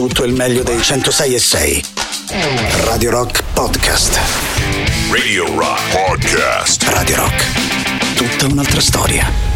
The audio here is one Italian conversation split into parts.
tutto il meglio dei 106.6. Radio Rock Podcast. Radio Rock Podcast. Radio Rock. Tutta un'altra storia.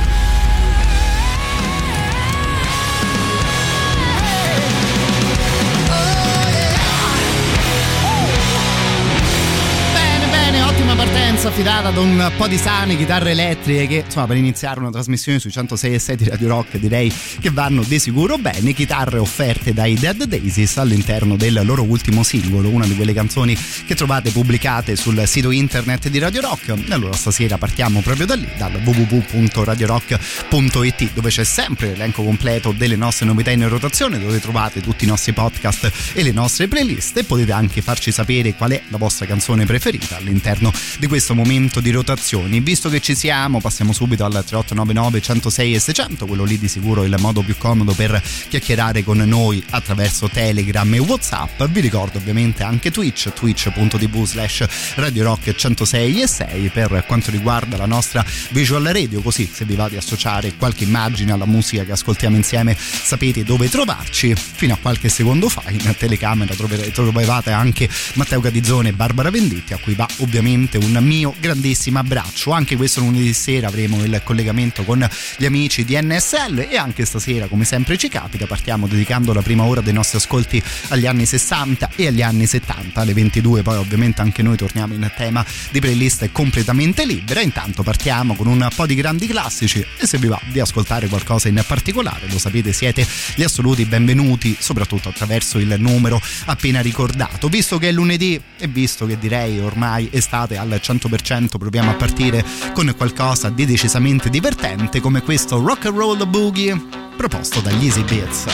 Partenza affidata ad un po' di sane chitarre elettriche che, insomma, per iniziare una trasmissione sui 106.6 di Radio Rock direi che vanno di sicuro bene. Chitarre offerte dai Dead Daisies all'interno del loro ultimo singolo, una di quelle canzoni che trovate pubblicate sul sito internet di Radio Rock. E allora stasera partiamo proprio da lì, dal www.radiorock.it, dove c'è sempre l'elenco completo delle nostre novità in rotazione, dove trovate tutti i nostri podcast e le nostre playlist, e potete anche farci sapere qual è la vostra canzone preferita all'interno di questo momento di rotazioni. Visto che ci siamo, passiamo subito al 3899 106 e 600, quello lì di sicuro è il modo più comodo per chiacchierare con noi attraverso Telegram e WhatsApp. Vi ricordo ovviamente anche twitch.tv/Radio Rock 106 e 6 per quanto riguarda la nostra visual radio, così se vi va di associare qualche immagine alla musica che ascoltiamo insieme sapete dove trovarci. Fino a qualche secondo fa in telecamera trovavate anche Matteo Catizzone e Barbara Venditti, a cui va ovviamente un mio grandissimo abbraccio. Anche questo lunedì sera avremo il collegamento con gli amici di NSL, e anche stasera, come sempre ci capita, partiamo dedicando la prima ora dei nostri ascolti agli anni 60 e agli anni 70 alle 22. Poi ovviamente anche noi torniamo in tema di playlist completamente libera. Intanto partiamo con un po' di grandi classici, e se vi va di ascoltare qualcosa in particolare, lo sapete, siete gli assoluti benvenuti, soprattutto attraverso il numero appena ricordato. Visto che è lunedì e visto che direi ormai estate al 100%, proviamo a partire con qualcosa di decisamente divertente come questo Rock and Roll Boogie proposto dagli Easy Beats.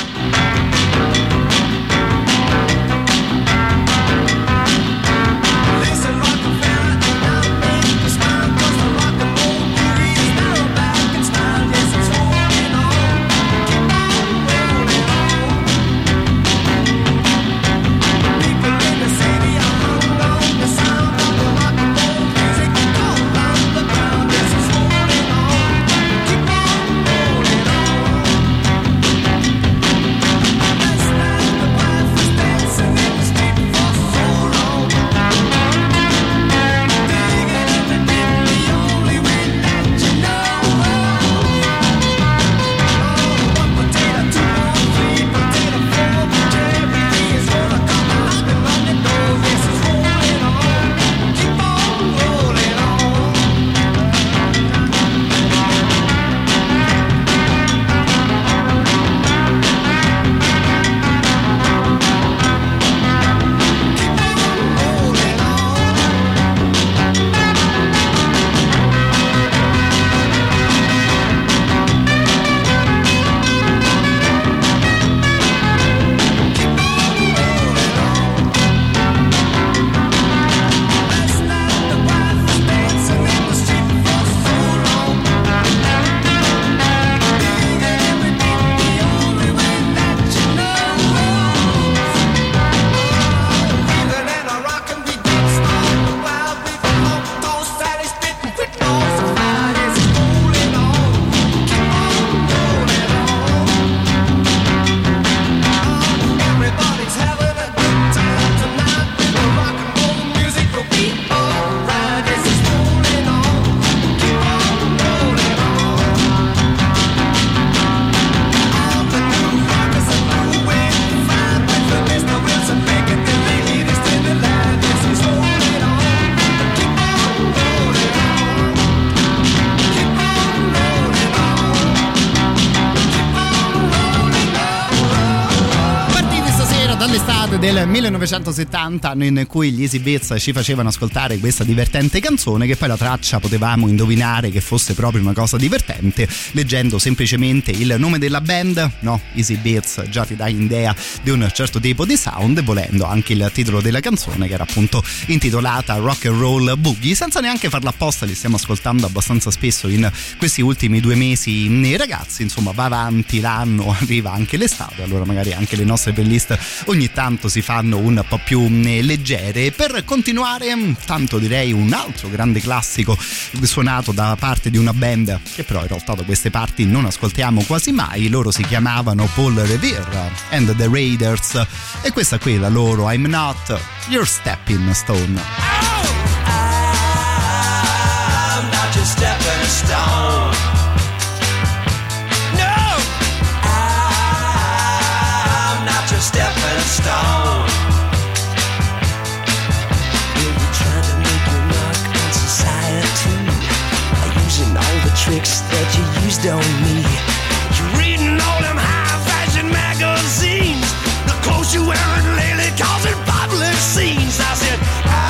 Del 1970, anno in cui gli Easy Beats ci facevano ascoltare questa divertente canzone, che poi la traccia potevamo indovinare che fosse proprio una cosa divertente leggendo semplicemente il nome della band. No, Easy Beats già ti dà idea di un certo tipo di sound, e volendo anche il titolo della canzone, che era appunto intitolata Rock and Roll Boogie. Senza neanche farla apposta, li stiamo ascoltando abbastanza spesso in questi ultimi 2 mesi, ragazzi. Insomma, va avanti l'anno, arriva anche l'estate, allora magari anche le nostre playlist ogni tanto si fanno un po' più leggere. Per continuare, tanto direi un altro grande classico suonato da parte di una band che però in realtà da queste parti non ascoltiamo quasi mai. Loro si chiamavano Paul Revere and the Raiders e questa qui è la loro I'm Not Your Stepping Stone. I'm not your stepping stone. No, I'm not your stepping stone. You're trying to make your mark on society, using all the tricks that you used on me. You're reading all them high fashion magazines, the clothes you're wearing lately causing public scenes. I said,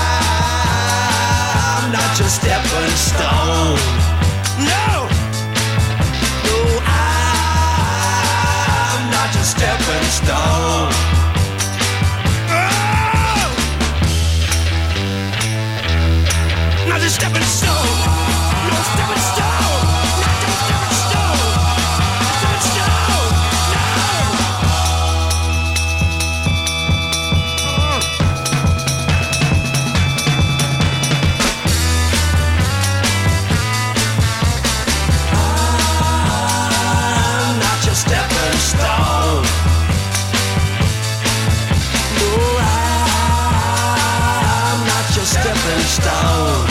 I'm not your stepping stone. No, no, I'm not your stepping stone. Oh, not your stepping stone. No stepping stone. Not your stepping stone. Stepping stone. I'm not your stepping stone. No, I'm not your stepping stone.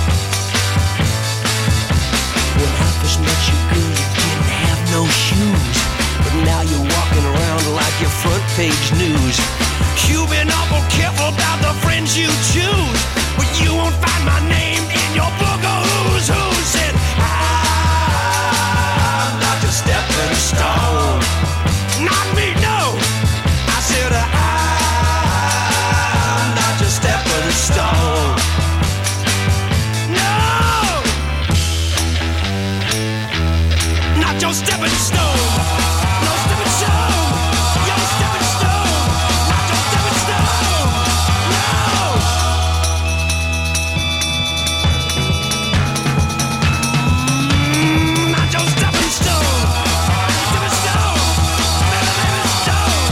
When I first met you, girl, you didn't have no shoes, but now you're walking around like your front page news. You've been awful careful about the friends you choose, but you won't find my name in your book of who's who. Said I'm not your stepping stone. Not me, no. I said I'm not your stepping stone. No, not your stepping stone. No stepping stone. Your stepping stone. Not your stepping stone. No. Not your stepping stone. Stepping stone. Stepping stone.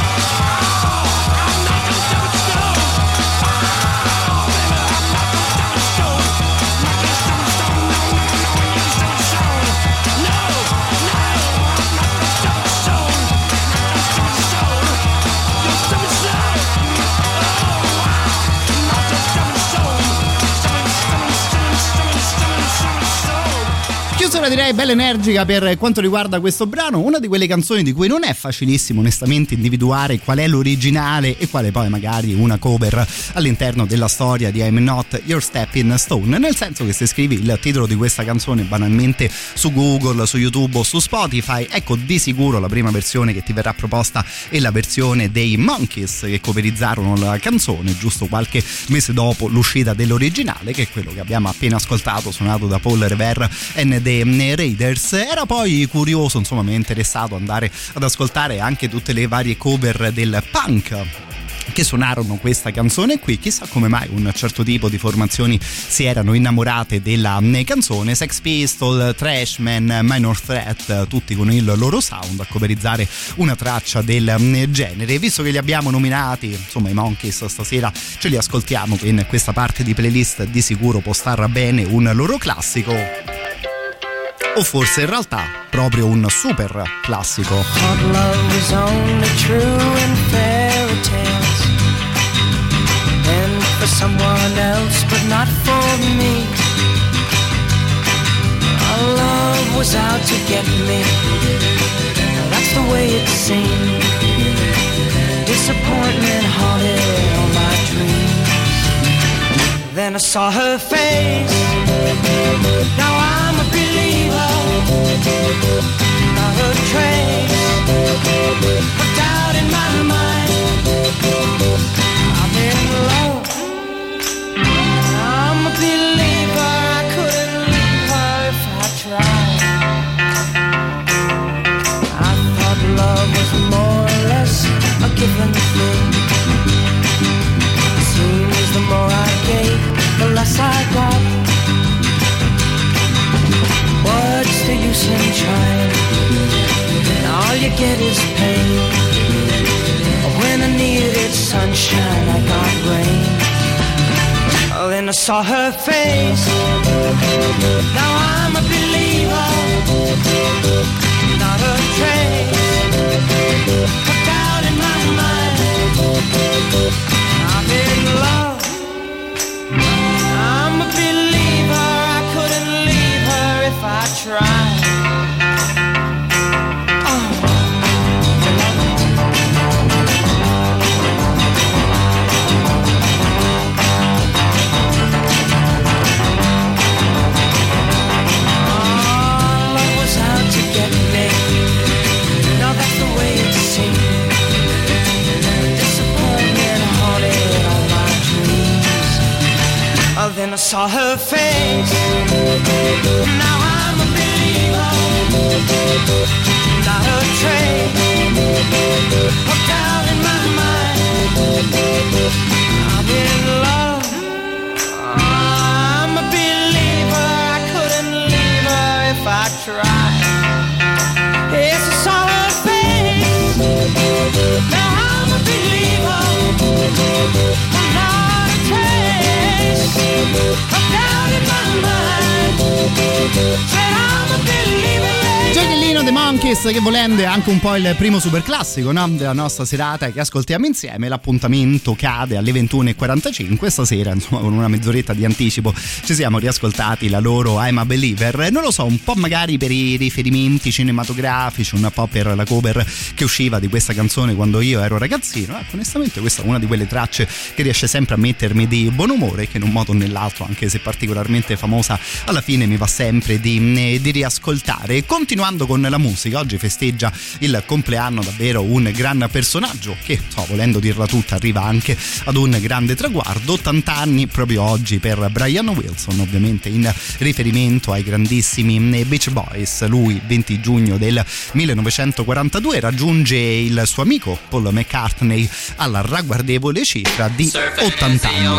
I'm not your stepping stone. Baby, I'm not your stepping stone. Not your stepping stone. No, no, no, your stepping stone. No, no, I'm not your stepping stone. Not your stepping stone. Your stepping stone. Oh, wow. Not your stepping stone. Stepping stone. Chiusura direi bella energica per quanto riguarda questo brano, una di quelle canzoni di cui non è facilissimo onestamente individuare qual è l'originale e quale poi magari una cover all'interno della storia di I'm Not Your Stepping Stone, nel senso che se scrivi il titolo di questa canzone banalmente su Google, su YouTube o su Spotify, ecco di sicuro la prima versione che ti verrà proposta è la versione dei Monkees che coverizzarono la canzone giusto qualche mese dopo l'uscita dell'originale, che è quello che abbiamo appena ascoltato, suonato da Paul Revere and the Raiders. Era poi curioso, insomma mi è interessato andare ad ascoltare anche tutte le varie cover del punk che suonarono questa canzone qui. Chissà come mai un certo tipo di formazioni si erano innamorate della canzone. Sex Pistols, Trashman, Minor Threat, tutti con il loro sound a coverizzare una traccia del genere. Visto che li abbiamo nominati, insomma i Monkees stasera ce li ascoltiamo, che in questa parte di playlist di sicuro può star bene un loro classico, o forse in realtà proprio un super classico. Thought love was only true in fairy tales, and for someone else but not for me. Our love was out to get me, that's the way it seemed. Disappointment haunted all my dreams. Then I saw her face, now I'm a believer. Not a trace of doubt in my mind. I'm in love, I'm a believer. I couldn't leave her if I tried. I thought love was more or less a given thing. It seems the more I gave, the less I got. What's the use in trying? And all you get is pain. Then I saw her face. Now I'm a believer, not a trace of doubt in my mind. I'm in love, I'm a believer. I couldn't leave her if I tried. Then I saw her face. Now I'm a believer, not a trace of doubt in my mind. I'm in love, I'm a believer. I couldn't leave her if I tried. Yes, I saw her face. Now I'm a believer, not a trace of doubt in my mind. Said I'm a believer, yeah. Giochellino The Monkees, che volendo è anche un po' il primo super classico, no? Della nostra serata che ascoltiamo insieme. L'appuntamento cade alle 21:45. Stasera, insomma, con una mezz'oretta di anticipo ci siamo riascoltati la loro I'm a Believer. Non lo so, un po' magari per i riferimenti cinematografici, un po' per la cover che usciva di questa canzone quando io ero ragazzino. Onestamente questa è una di quelle tracce che riesce sempre a mettermi di buon umore, che in un modo o nell'altro, anche se particolarmente famosa, alla fine mi va sempre di riascoltare. Continuando con la musica, oggi festeggia il compleanno davvero un gran personaggio che, volendo dirla tutta, arriva anche ad un grande traguardo. 80 anni proprio oggi per Brian Wilson, ovviamente in riferimento ai grandissimi Beach Boys. Lui 20 giugno del 1942 raggiunge il suo amico Paul McCartney alla ragguardevole cifra di 80 anni.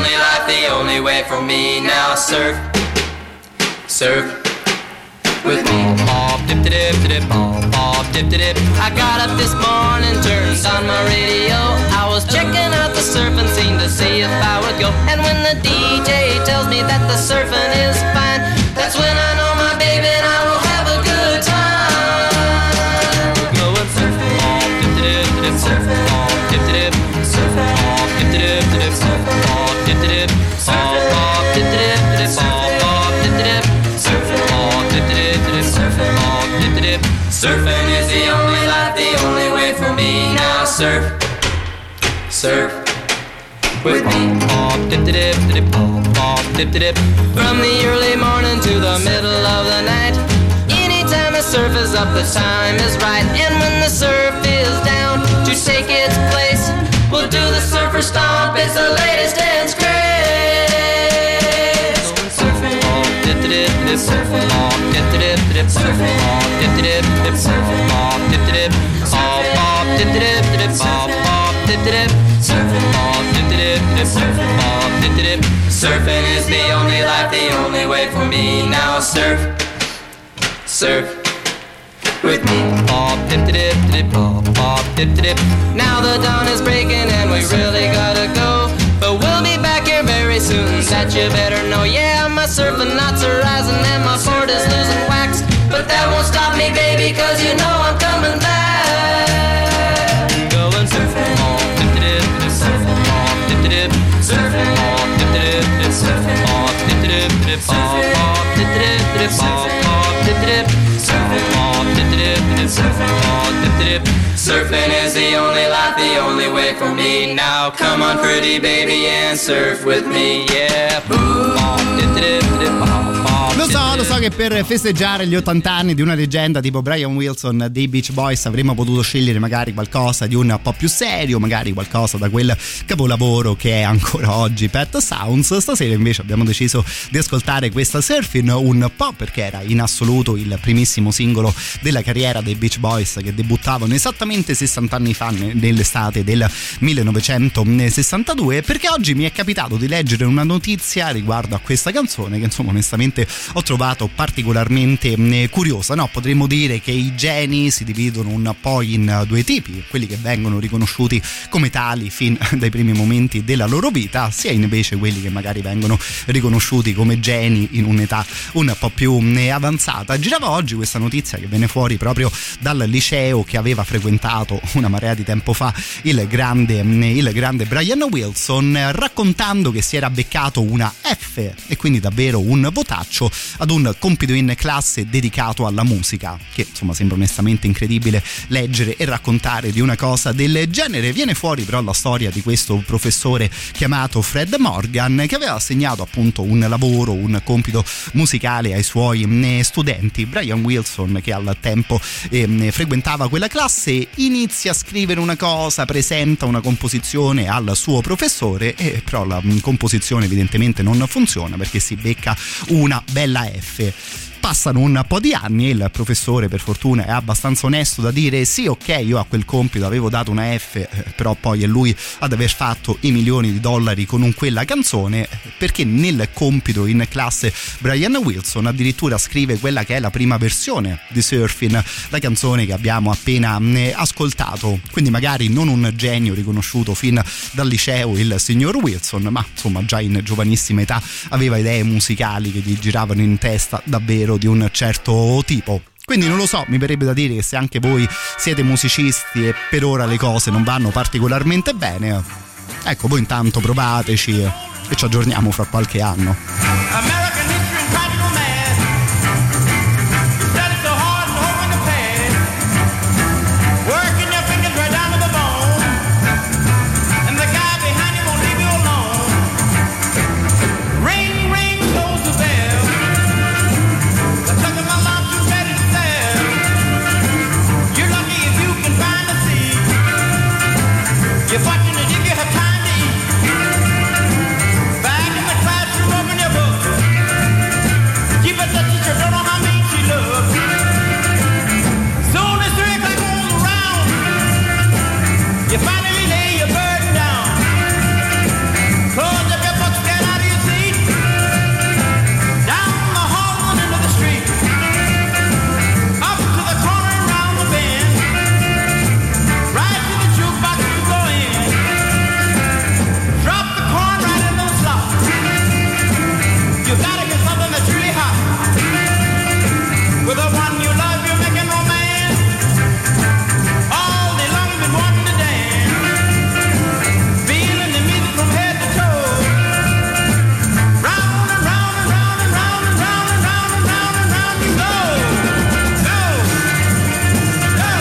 With me, pop, dip dip dip, pop, dip dip. I got up this morning, turned on my radio. I was checking out the surfing scene to see if I would go. And when the DJ tells me that the surfing is fine, that's when I know my baby and I will have a good time. Going surfing, pop, dip dip dip, surfing, pop, dip dip, surfing, pop, dip dip dip, surfing, pop, dip dip, pop, pop, dip dip dip, pop, pop, dip dip, surfing, pop, dip dip dip, surfing, pop, dip dip. Surfing is the only life, the only way for me. Now surf, surf with me. Pop, dip dip dip, pop, pop, dip dip. From the early morning to the middle of the night, anytime the surf is up, the time is right. And when the surf is down to take its place, we'll do the surfer stomp. It's the latest dance craze. Surfing, dip dip dip, surfing, dip dip dip, surfing, dip dip dip, surfing, dip dip, pop pop, dip dip dip, pop pop, dip dip, surfing, dip dip dip, surfing, dip dip. Surfing is the only life, the only way for me. Now surf, surf with me. Pop dip dip dip, pop pop, dip dip. Now the dawn is breaking and we really gotta go, but we'll be back here very soon, that you better know. Yeah, my surfing knots are rising and my board is losing wax, but that won't stop me, baby, cause you know I'm coming back. Going surfing, dip dip dip, surfing, dip dip, surfing, dip dip dip, surfing, dip dip dip, pop pop, dip dip dip, pop pop, dip dip, surfing, dip dip dip, surfing, dip dip. Surfing is the only life, the only way for me. Now come on, pretty baby, and surf with me, yeah. Lo so che per festeggiare gli 80 anni di una leggenda tipo Brian Wilson dei Beach Boys avremmo potuto scegliere magari qualcosa di un po' più serio, magari qualcosa da quel capolavoro che è ancora oggi Pet Sounds. Stasera invece abbiamo deciso di ascoltare questa Surfing, un po' perché era in assoluto il primissimo singolo della carriera dei Beach Boys, che debuttavano esattamente 60 anni fa, nell'estate del 1962, perché oggi mi è capitato di leggere una notizia riguardo a questa canzone che insomma onestamente ho ho trovato particolarmente curiosa, no? Potremmo dire che i geni si dividono un po' in due tipi, quelli che vengono riconosciuti come tali fin dai primi momenti della loro vita, sia invece quelli che magari vengono riconosciuti come geni in un'età un po' più avanzata. Girava oggi questa notizia che venne fuori proprio dal liceo che aveva frequentato una marea di tempo fa il grande Brian Wilson, raccontando che si era beccato una F, e quindi davvero un votaccio, ad un compito in classe dedicato alla musica, che insomma sembra onestamente incredibile leggere e raccontare di una cosa del genere. Viene fuori però la storia di questo professore chiamato Fred Morgan, che aveva assegnato appunto un lavoro, un compito musicale ai suoi studenti. Brian Wilson, che al tempo frequentava quella classe, inizia a scrivere una cosa, presenta una composizione al suo professore, e però la composizione evidentemente non funziona perché si becca una bella F. Passano un po' di anni e il professore, per fortuna, è abbastanza onesto da dire sì, ok, io a quel compito avevo dato una F, però poi è lui ad aver fatto i milioni di dollari con quella canzone, perché nel compito in classe Brian Wilson addirittura scrive quella che è la prima versione di Surfing, la canzone che abbiamo appena ascoltato. Quindi magari non un genio riconosciuto fin dal liceo il signor Wilson, ma insomma già in giovanissima età aveva idee musicali che gli giravano in testa davvero di un certo tipo. Quindi non lo so, mi verrebbe da dire che se anche voi siete musicisti e per ora le cose non vanno particolarmente bene, ecco, voi intanto provateci e ci aggiorniamo fra qualche anno. American history and practical math. You studied so hard and home in the past, working your fingers right down to the bone, and the guy behind you won't leave you alone. Ring, ring goes the bell. The tuck of my lunch is ready to sell. You're lucky if you can find a seat. You're fortunate if you have time to eat. Back in the classroom, open your book. Keep it the teacher, don't know how mean she looks. Soon as 3 o'clock rolls around, you finally lay your burden down. Close up your books, get out of your seat. Down the hall and into the street. Up to the corner and round the bend. Right to the jukebox you go in. Drop the corn right into the slot. You gotta get something that's really hot. With the one you love, you're making romance. All day long you've been wanting to dance. Feeling the music from head to toe. Round and round and round and round and round and round and round and round you go. Go. Go.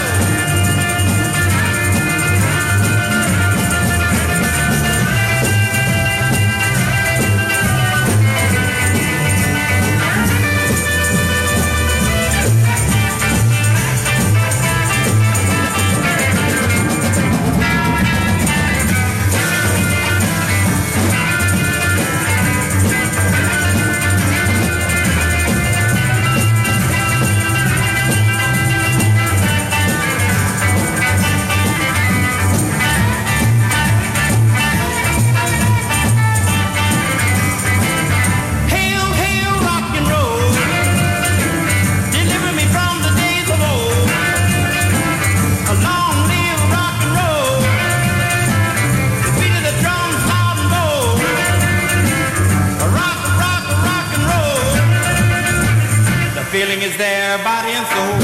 Hail, hail, rock and roll. Deliver me from the days of old. A long live rock and roll. The beat of the drums loud and bold. A rock, rock, rock and roll. The feeling is there, body and soul.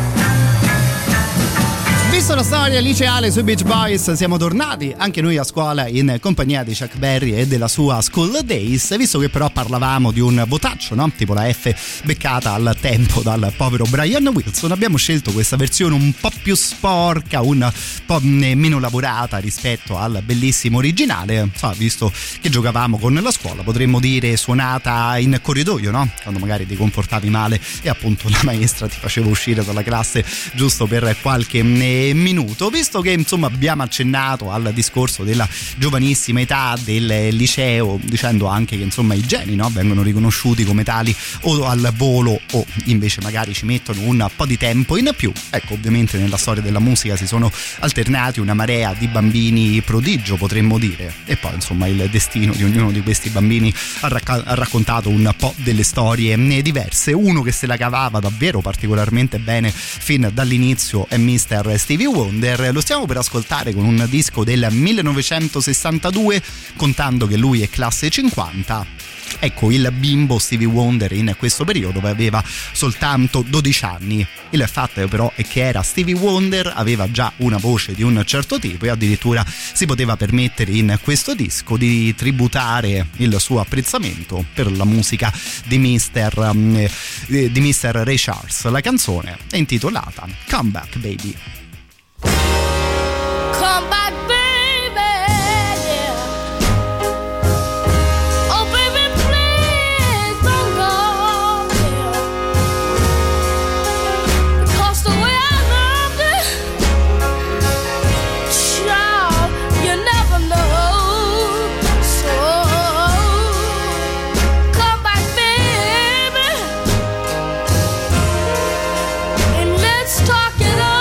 Visto la storia liceale sui Beach Boys, siamo tornati anche noi a scuola in compagnia di Chuck Berry e della sua School Days, visto che però parlavamo di un votaccio, no? Tipo la F beccata al tempo dal povero Brian Wilson. Abbiamo scelto questa versione un po' più sporca, un po' meno lavorata rispetto al bellissimo originale. Visto che giocavamo con la scuola, potremmo dire suonata in corridoio, no? Quando magari ti comportavi male e appunto la maestra ti faceva uscire dalla classe giusto per qualche minuto, visto che insomma abbiamo accennato al discorso della giovanissima età del liceo, dicendo anche che insomma i geni, no, vengono riconosciuti come tali o al volo o invece magari ci mettono un po' di tempo in più. Ecco, ovviamente nella storia della musica si sono alternati una marea di bambini prodigio, potremmo dire, e poi insomma il destino di ognuno di questi bambini ha raccontato un po' delle storie diverse. Uno che se la cavava davvero particolarmente bene fin dall'inizio è Mr. Stevie Wonder. Lo stiamo per ascoltare con un disco del 1962, contando che lui è classe 50. Ecco, il bimbo Stevie Wonder in questo periodo aveva soltanto 12 anni. Il fatto però è che era Stevie Wonder, aveva già una voce di un certo tipo e addirittura si poteva permettere in questo disco di tributare il suo apprezzamento per la musica di Mr. Ray Charles. La canzone è intitolata Come Back Baby. Come back, baby, yeah. Oh, baby, please don't go, yeah. Because the way I loved you, child, you never know. So, come back, baby, and let's talk it over.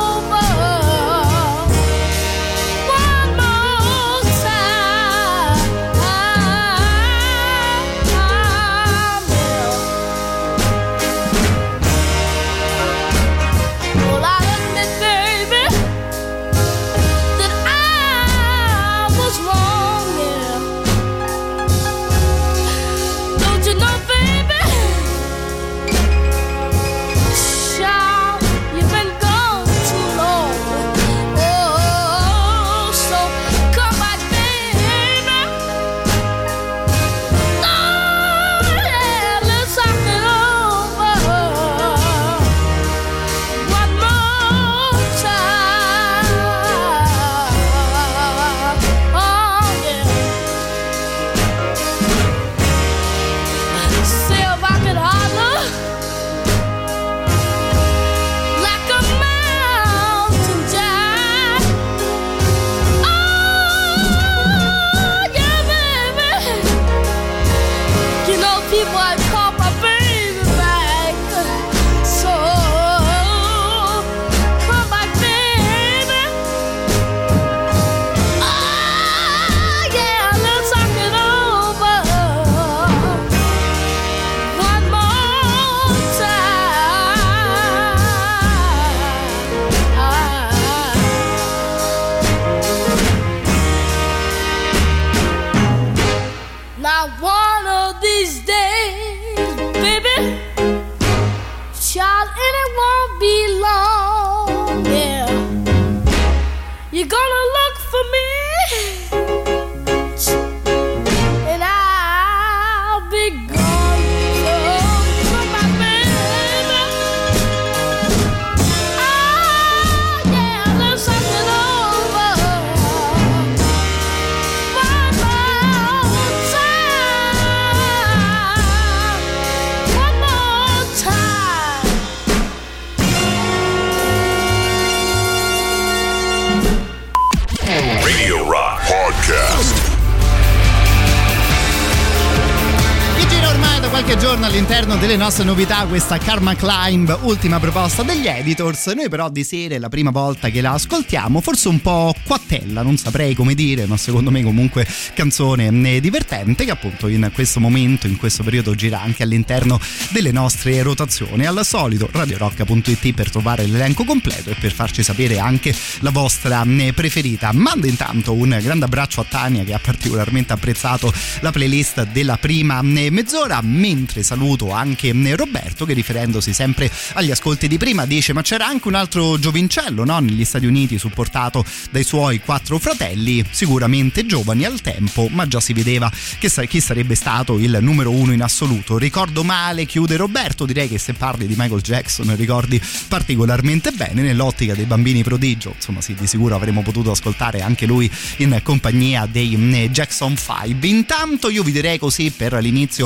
All'interno delle nostre novità questa Karma Climb, ultima proposta degli Editors. Noi però di sera è la prima volta che la ascoltiamo, forse un po' quattella, non saprei come dire, ma secondo me comunque canzone divertente che appunto in questo momento, in questo periodo gira anche all'interno delle nostre rotazioni. Al solito radiorock.it per trovare l'elenco completo e per farci sapere anche la vostra preferita. Mando intanto un grande abbraccio a Tania che ha particolarmente apprezzato la playlist della prima mezz'ora, mentre saluto anche Roberto che, riferendosi sempre agli ascolti di prima, dice: ma c'era anche un altro giovincello, no? Negli Stati Uniti, supportato dai suoi 4 fratelli, sicuramente giovani al tempo, ma già si vedeva che chi sarebbe stato il numero 1 in assoluto. Ricordo male, chiude Roberto, direi che se parli di Michael Jackson ricordi particolarmente bene. Nell'ottica dei bambini prodigio, insomma sì, di sicuro avremmo potuto ascoltare anche lui in compagnia dei Jackson 5. Intanto io vi direi così per l'inizio di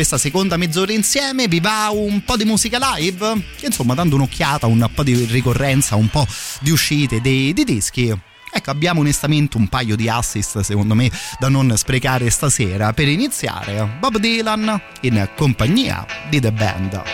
questa seconda mezz'ora insieme. Vi va un po' di musica live? Che insomma, dando un'occhiata, un po' di ricorrenza, un po' di uscite di dischi, ecco, abbiamo onestamente un paio di assist secondo me da non sprecare stasera. Per iniziare, Bob Dylan in compagnia di The Band.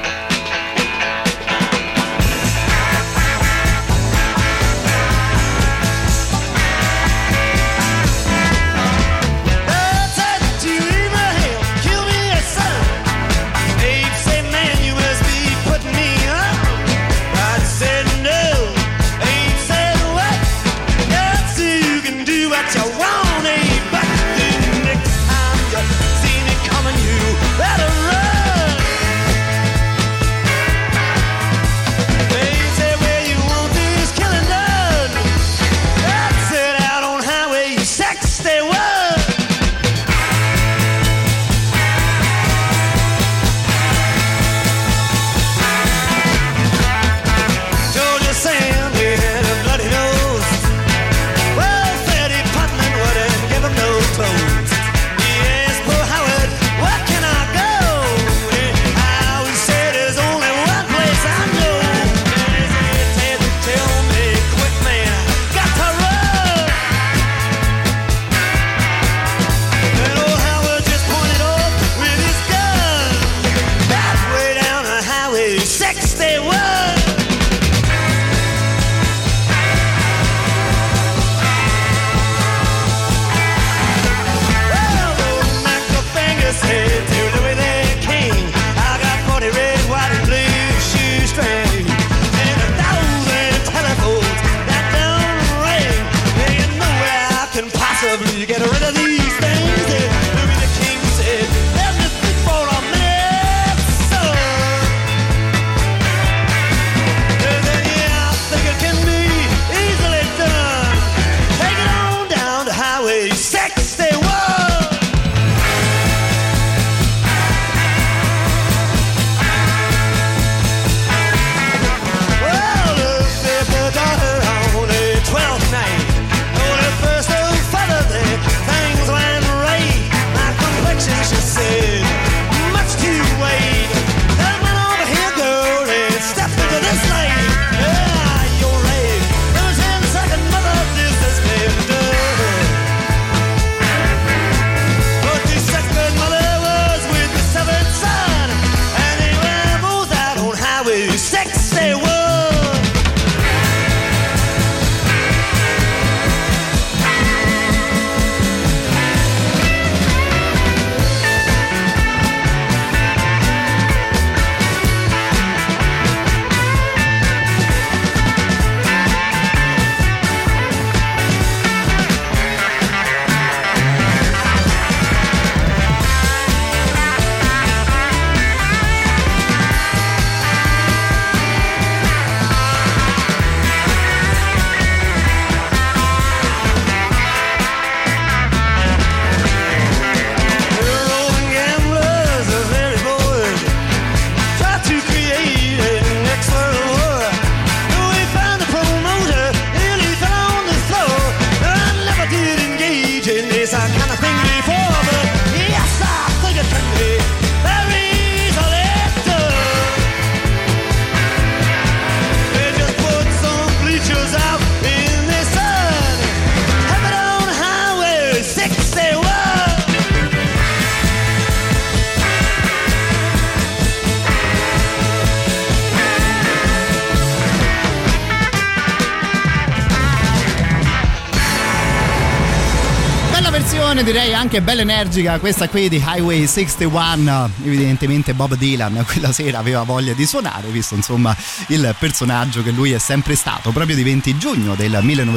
Direi anche bella energica questa qui di Highway 61. Evidentemente Bob Dylan quella sera aveva voglia di suonare, visto insomma il personaggio che lui è sempre stato. Proprio di 20 giugno del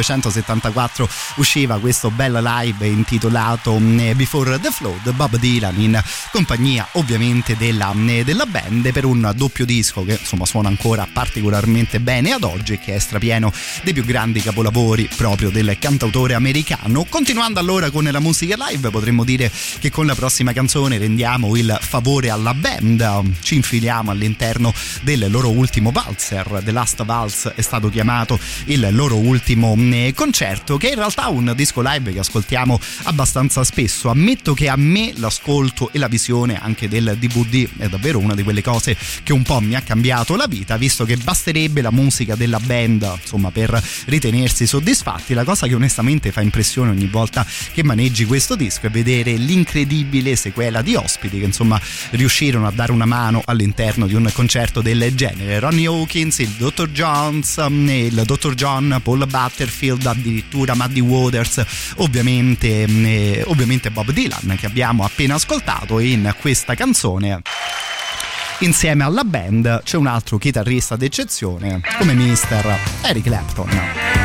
1974 usciva questo bel live intitolato Before the Flood, Bob Dylan in compagnia ovviamente della band, per un doppio disco che insomma suona ancora particolarmente bene ad oggi e che è strapieno dei più grandi capolavori proprio del cantautore americano. Continuando allora con con la musica live, potremmo dire che con la prossima canzone rendiamo il favore alla band, ci infiliamo all'interno del loro ultimo valzer. The Last Waltz è stato chiamato il loro ultimo concerto, che è in realtà un disco live che ascoltiamo abbastanza spesso. Ammetto che a me l'ascolto e la visione anche del DVD è davvero una di quelle cose che un po' mi ha cambiato la vita, visto che basterebbe la musica della band, insomma, per ritenersi soddisfatti. La cosa che onestamente fa impressione ogni volta che maneggi questo disco è vedere l'incredibile sequela di ospiti che insomma riuscirono a dare una mano all'interno di un concerto del genere. Ronnie Hawkins, il Dr. Jones, il Dr. John, Paul Butterfield, addirittura Muddy Waters, ovviamente Bob Dylan, che abbiamo appena ascoltato. E in questa canzone, insieme alla band, c'è un altro chitarrista d'eccezione come Mr. Eric Clapton.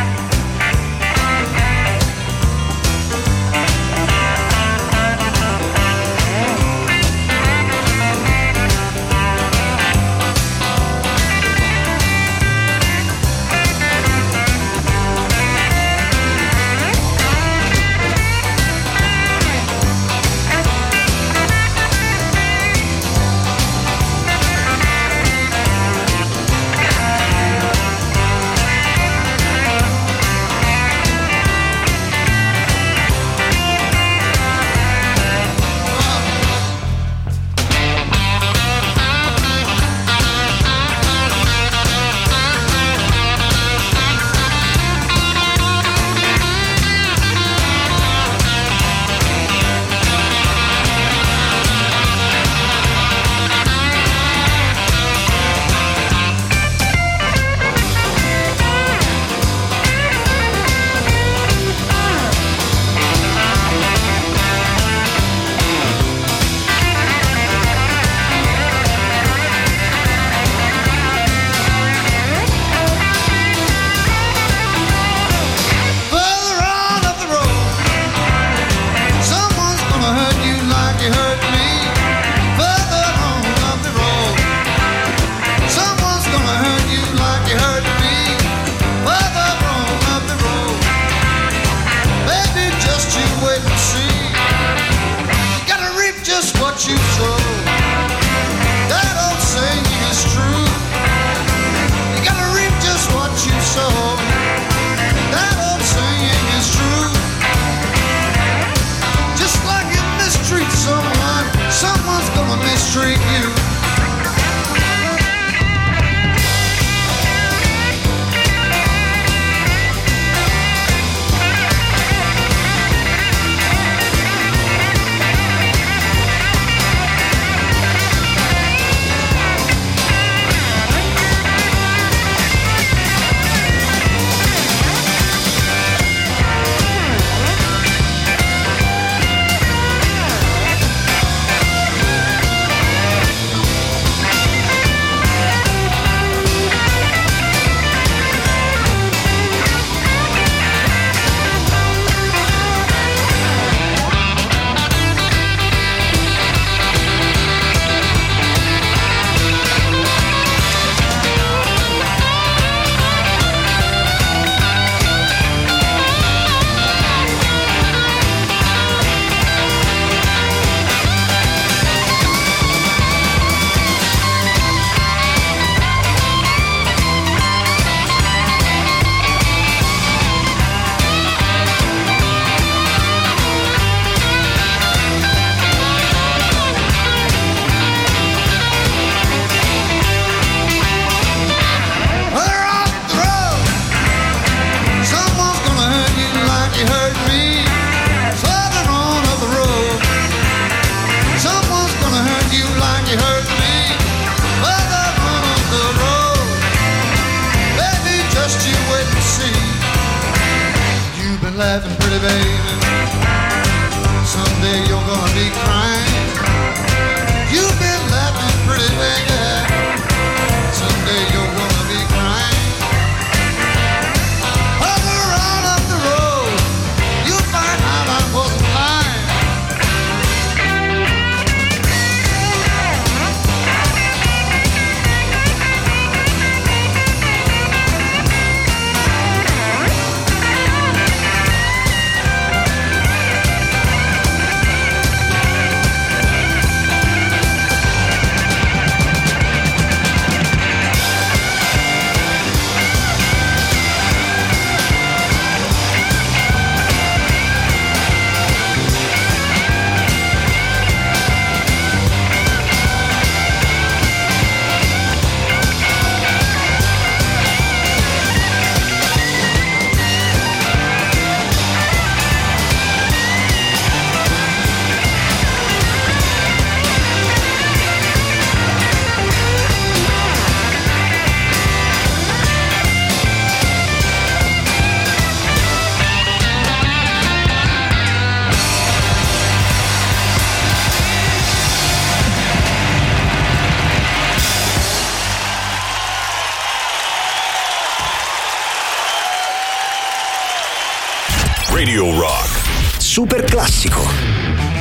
laughing, pretty baby. Someday you're gonna be crying. You've been laughing, pretty baby. Someday you're gonna be crying. Further on up the road, you'll find out I wasn't lying. super classico.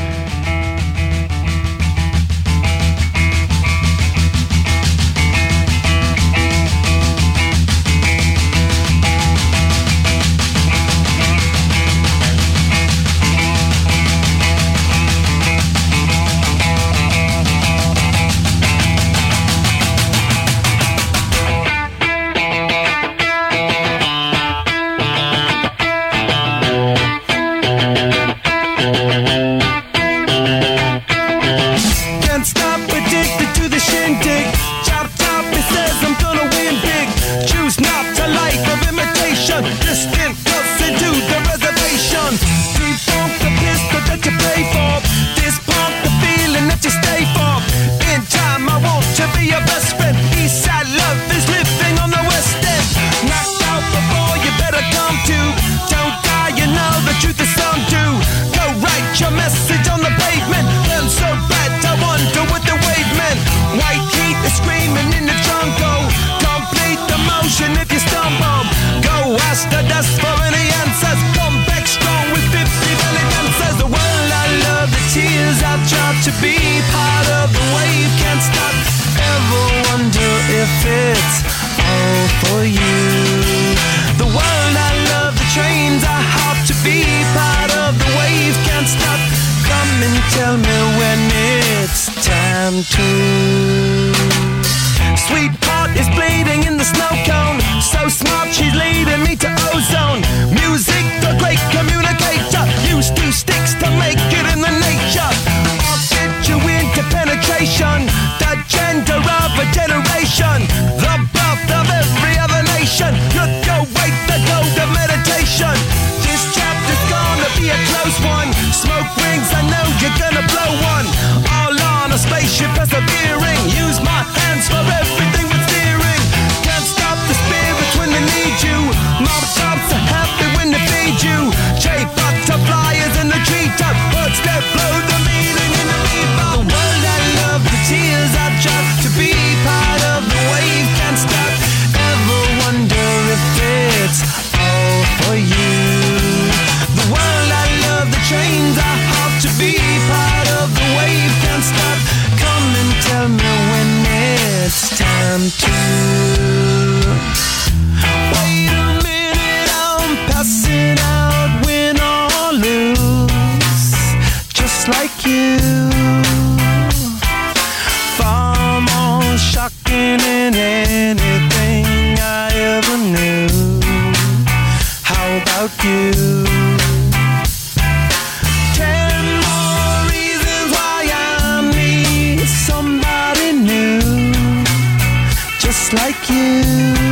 To be part of the wave, can't stop, ever wonder if it's all for you. The world I love, the trains I hop, to be part of the wave, can't stop. Come and tell me when it's time to. Sweetheart is bleeding in the snow cone, so smart she's leading me to ozone. Music, the great communicator, used 2 sticks to make it in the nature. You into penetration, the gender of a generation, the birth of every other nation. Look away, the gold of meditation. This chapter's gonna be a close one. Smoke rings, I know you're gonna blow one. All on a spaceship persevering. Use my hands for everything but steering. Can't stop the spirits when they need you. Mob tops are happy when they feed you. J butterflies in the treetop. Birds that blow the meaning in the meatball. The world I love, the tears I drop, to be part of the wave, can't stop. Ever wonder if it's all for you. The world I love, the trains I hop, to be part of the wave, can't stop. Come and tell me when it's time to. Wait a minute, I'm passing out, win or lose, just like you. Far more shocking than anything I ever knew. How about you? 10 more reasons why I need somebody new, just like you.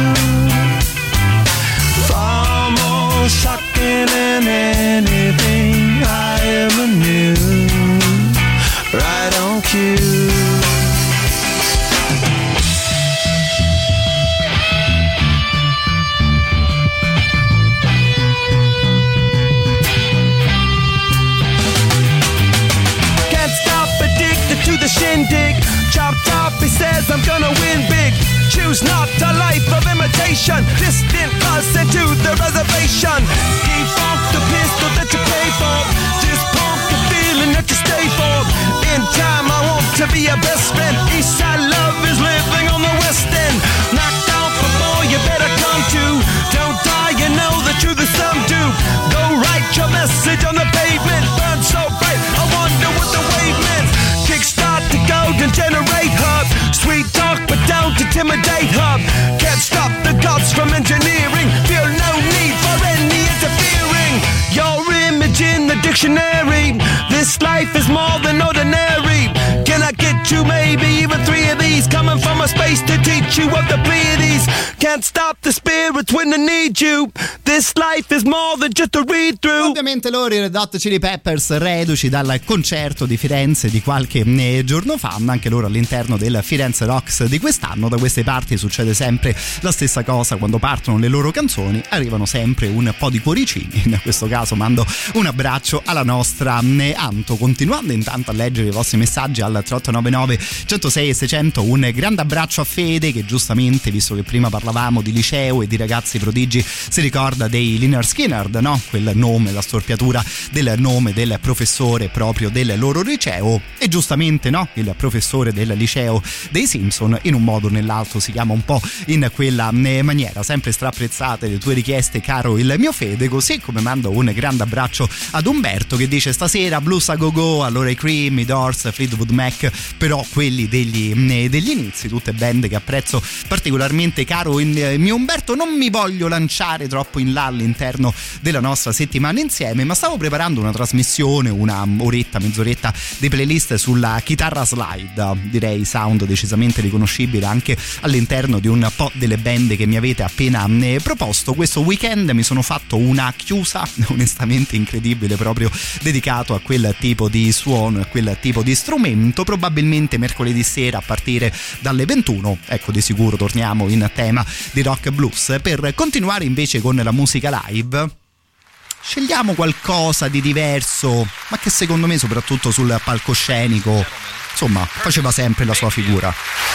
Far more shocking than anything I ever knew. Right on cue. Can't stop, addicted to the shindig. Chopped up, he says I'm gonna win big. Choose not a life of imitation. Distant us into the reservation. Defunct the pistol that you pay for. Just pump the feeling that you stay for. In time I want to be your best friend. Eastside love is living on the west end. Knocked out before you better come to. Don't die, you know the truth is some do. Go write your message on the pavement. Burn so bright, I wonder what the wave meant. Kickstart the golden generate hub. Sweet talk but don't intimidate hub. Can't stop the gods from engineering. Feel no need for any interfering. Your image in the dictionary. This life is more than ordinary. Can I get you maybe even 3 of these? Coming from a space to teach you of the Pleiades. Can't stop the spirits when they need you. This life is more than just a read through. Ovviamente loro i Red Hot Chili Peppers, reduci dal concerto di Firenze di qualche giorno fa, anche loro all'interno del Firenze Rocks di quest'anno. Da queste parti succede sempre la stessa cosa, quando partono le loro canzoni arrivano sempre un po' di cuoricini. In questo caso mando un abbraccio alla nostra Anto, continuando intanto a leggere i vostri messaggi al 3899 106 600. un grande abbraccio a Fede, che giustamente, visto che prima parlavamo di liceo e di ragazzi prodigi, si ricorda dei Lynyrd Skynyrd, no? Quel nome, la storpiatura del nome del professore proprio del loro liceo, e giustamente, no? Il professore del liceo dei Simpson in un modo o nell'altro si chiama un po' in quella maniera. Sempre straapprezzate le tue richieste, caro il mio Fede, così come mando un grande abbraccio ad Umberto, che dice stasera Blues a Go Go, allora i Cream, i Doors, Fleetwood Mac, però quelli degli inizi, tutte band che apprezzo particolarmente, caro il mio Umberto. Non mi voglio lanciare troppo in là all'interno della nostra settimana insieme, ma stavo preparando una trasmissione, una oretta, mezz'oretta di playlist sulla chitarra slide, direi sound decisamente riconoscibile anche all'interno di un po' delle band che mi avete appena proposto. Questo weekend mi sono fatto una chiusa onestamente incredibile, proprio dedicato a quel tipo di suono, a quel tipo di strumento. Probabilmente mercoledì sera a partire dalle 21, ecco, di sicuro torniamo in tema di rock blues. Per continuare invece con la musica live, scegliamo qualcosa di diverso, ma che secondo me soprattutto sul palcoscenico, insomma, faceva sempre la sua figura.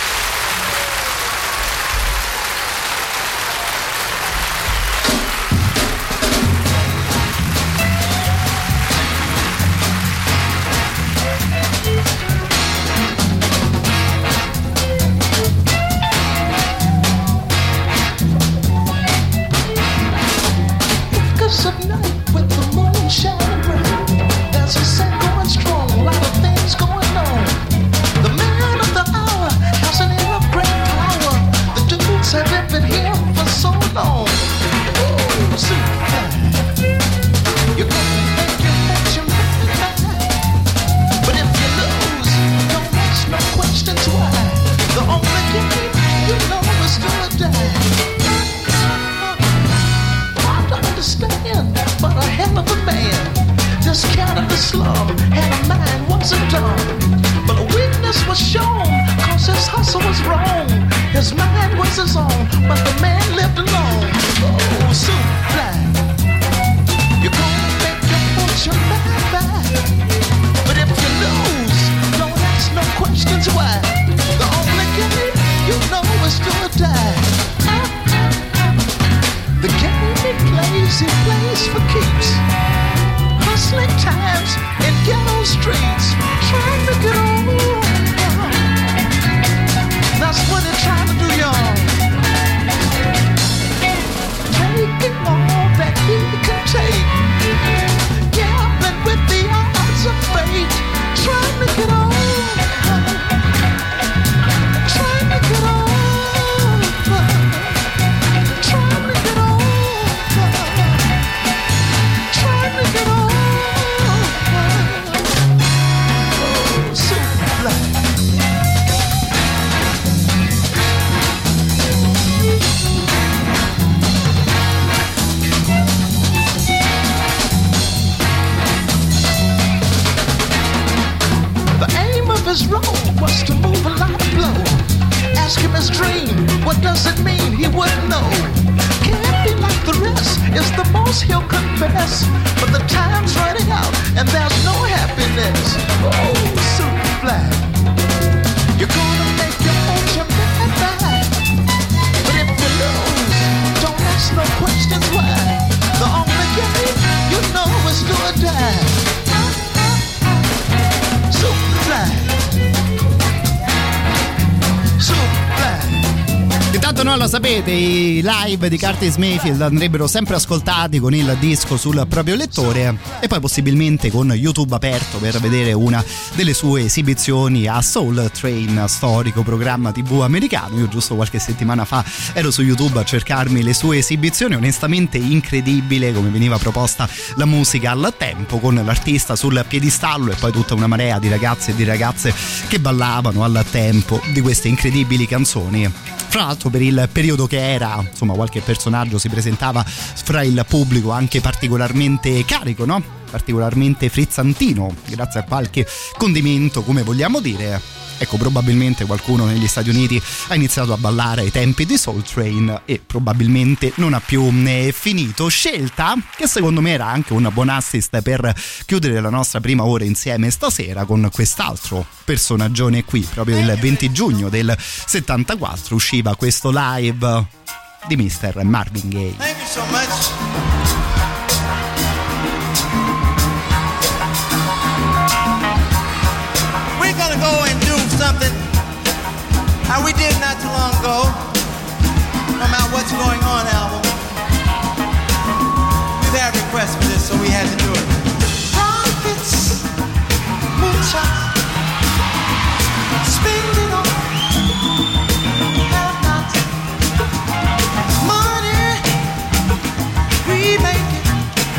Sapete, i live di Curtis Mayfield andrebbero sempre ascoltati con il disco sul proprio lettore e poi possibilmente con YouTube aperto per vedere una delle sue esibizioni a Soul Train, storico programma TV americano. Io giusto qualche settimana fa ero su YouTube a cercarmi le sue esibizioni, onestamente incredibile come veniva proposta la musica al tempo, con l'artista sul piedistallo e poi tutta una marea di ragazzi e di ragazze che ballavano al tempo di queste incredibili canzoni. Fra l'altro per il periodo che era, insomma, qualche personaggio si presentava fra il pubblico anche particolarmente carico, no? Particolarmente frizzantino, grazie a qualche condimento, come vogliamo dire. ecco, probabilmente qualcuno negli Stati Uniti ha iniziato a ballare ai tempi di Soul Train e probabilmente non ha più finito. Scelta che secondo me era anche un buon assist per chiudere la nostra prima ora insieme stasera con quest'altro personaggione qui. Proprio il 20 giugno del 74 usciva questo live di Mr. Marvin Gaye. Thank you so much. We're gonna go and do something how we did not too long ago from our What's Going On album. We've had requests for this, so we had to do it. Rockets, moonshots, spin it on, have not money, we make it.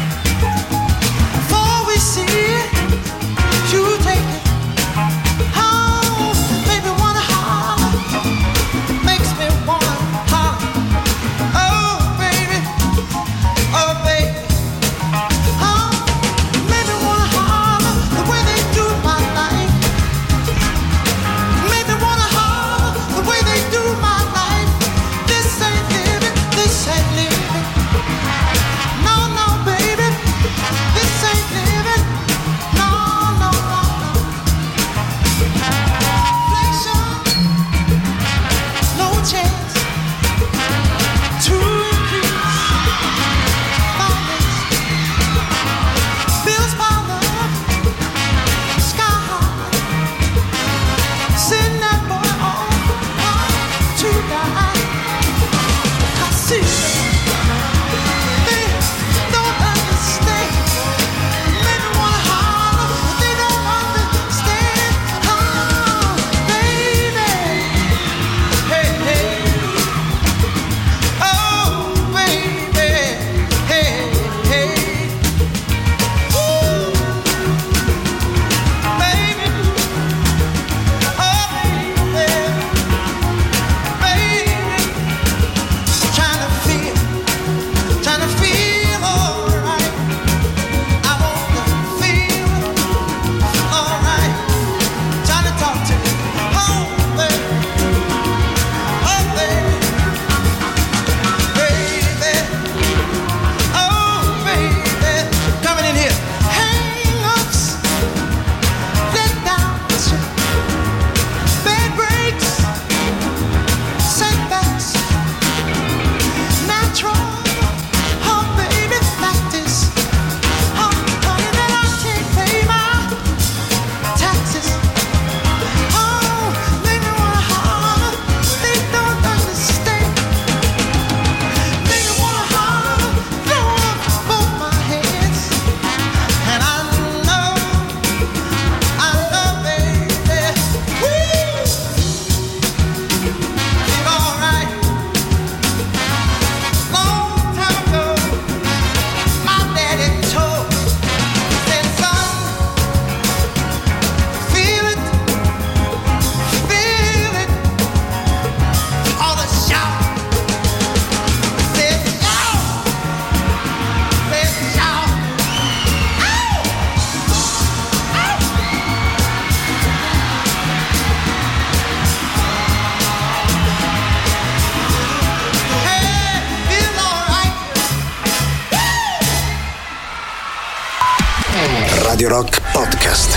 Before we see it, you take it. Oh, baby, wanna holler, makes me wanna holler. Oh, baby, oh, baby. Oh, made me wanna holler the way they do my life. Made me wanna holler the way they do my life. This ain't living, this ain't living. No, no, baby, this ain't living. No, no, no, no. Inflation, no chance to increase violence. Bills pile up, sky high. Send that boy on to die. I see they don't understand. Maybe wanna holler, but they don't understand. Oh, baby, hey, hey. Oh, baby, hey, hey. Woo, baby. Oh, baby, baby. Trying to feel alright. I want to feel alright. Trying to talk to you. Oh, baby. Oh, baby. Baby. Oh, baby. Coming in here. Hang-ups. Let down. Bed breaks. Setbacks. Natural. Oh, baby, like this. Oh, honey, that I can't pay my taxes. Oh, make me wanna holler. They don't understand. Make me wanna holler. Throw up both my hands. And I know, baby. Woo! Feel alright. Long time ago, my daddy told me, said, son, feel it, all the shout. Said, shout, said, shout. Hey, feel alright. Radio Rock Podcast.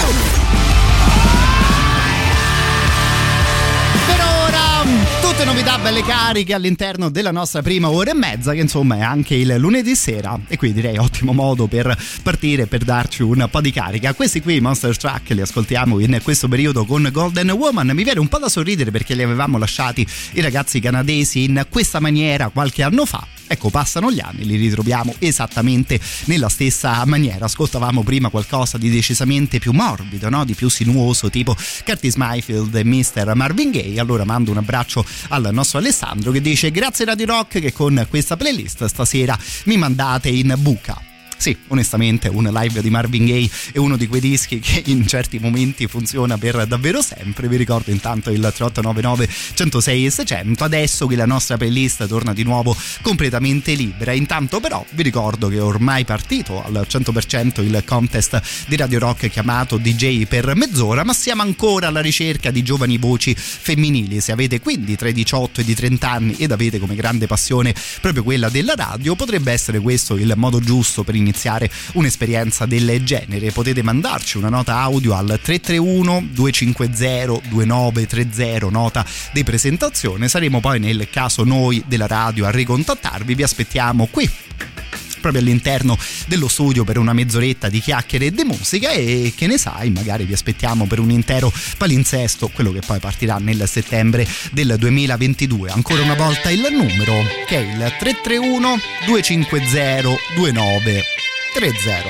Per ora tutte novità belle cariche all'interno della nostra prima ora e mezza, che insomma è anche il lunedì sera, e qui direi ottimo modo per partire, per darci un po' di carica. Questi qui, Monster Truck, li ascoltiamo in questo periodo con Golden Woman. Mi viene un po' da sorridere perché li avevamo lasciati i ragazzi canadesi in questa maniera qualche anno fa. Ecco, passano gli anni, li ritroviamo esattamente nella stessa maniera. Ascoltavamo prima qualcosa di decisamente più morbido, no? Di più sinuoso, tipo Curtis Mayfield e Mr. Marvin Gaye. Allora mando un abbraccio al nostro Alessandro che dice: grazie Radio Rock che con questa playlist stasera mi mandate in buca. Sì, onestamente un live di Marvin Gaye è uno di quei dischi che in certi momenti funziona per davvero sempre. Vi ricordo intanto il 3899 106 e 600. Adesso che la nostra playlist torna di nuovo completamente libera. Intanto però vi ricordo che è ormai partito al 100% il contest di Radio Rock chiamato DJ per mezz'ora, ma siamo ancora alla ricerca di giovani voci femminili. Se avete quindi tra i 18 e i 30 anni ed avete come grande passione proprio quella della radio, potrebbe essere questo il modo giusto per iniziare un'esperienza del genere. Potete mandarci una nota audio al 331 250 2930, nota di presentazione. Saremo poi nel caso noi della radio a ricontattarvi. Vi aspettiamo qui proprio all'interno dello studio per una mezz'oretta di chiacchiere e di musica, e che ne sai, magari vi aspettiamo per un intero palinsesto, quello che poi partirà nel settembre del 2022. Ancora una volta il numero, che è il 331 250 2930.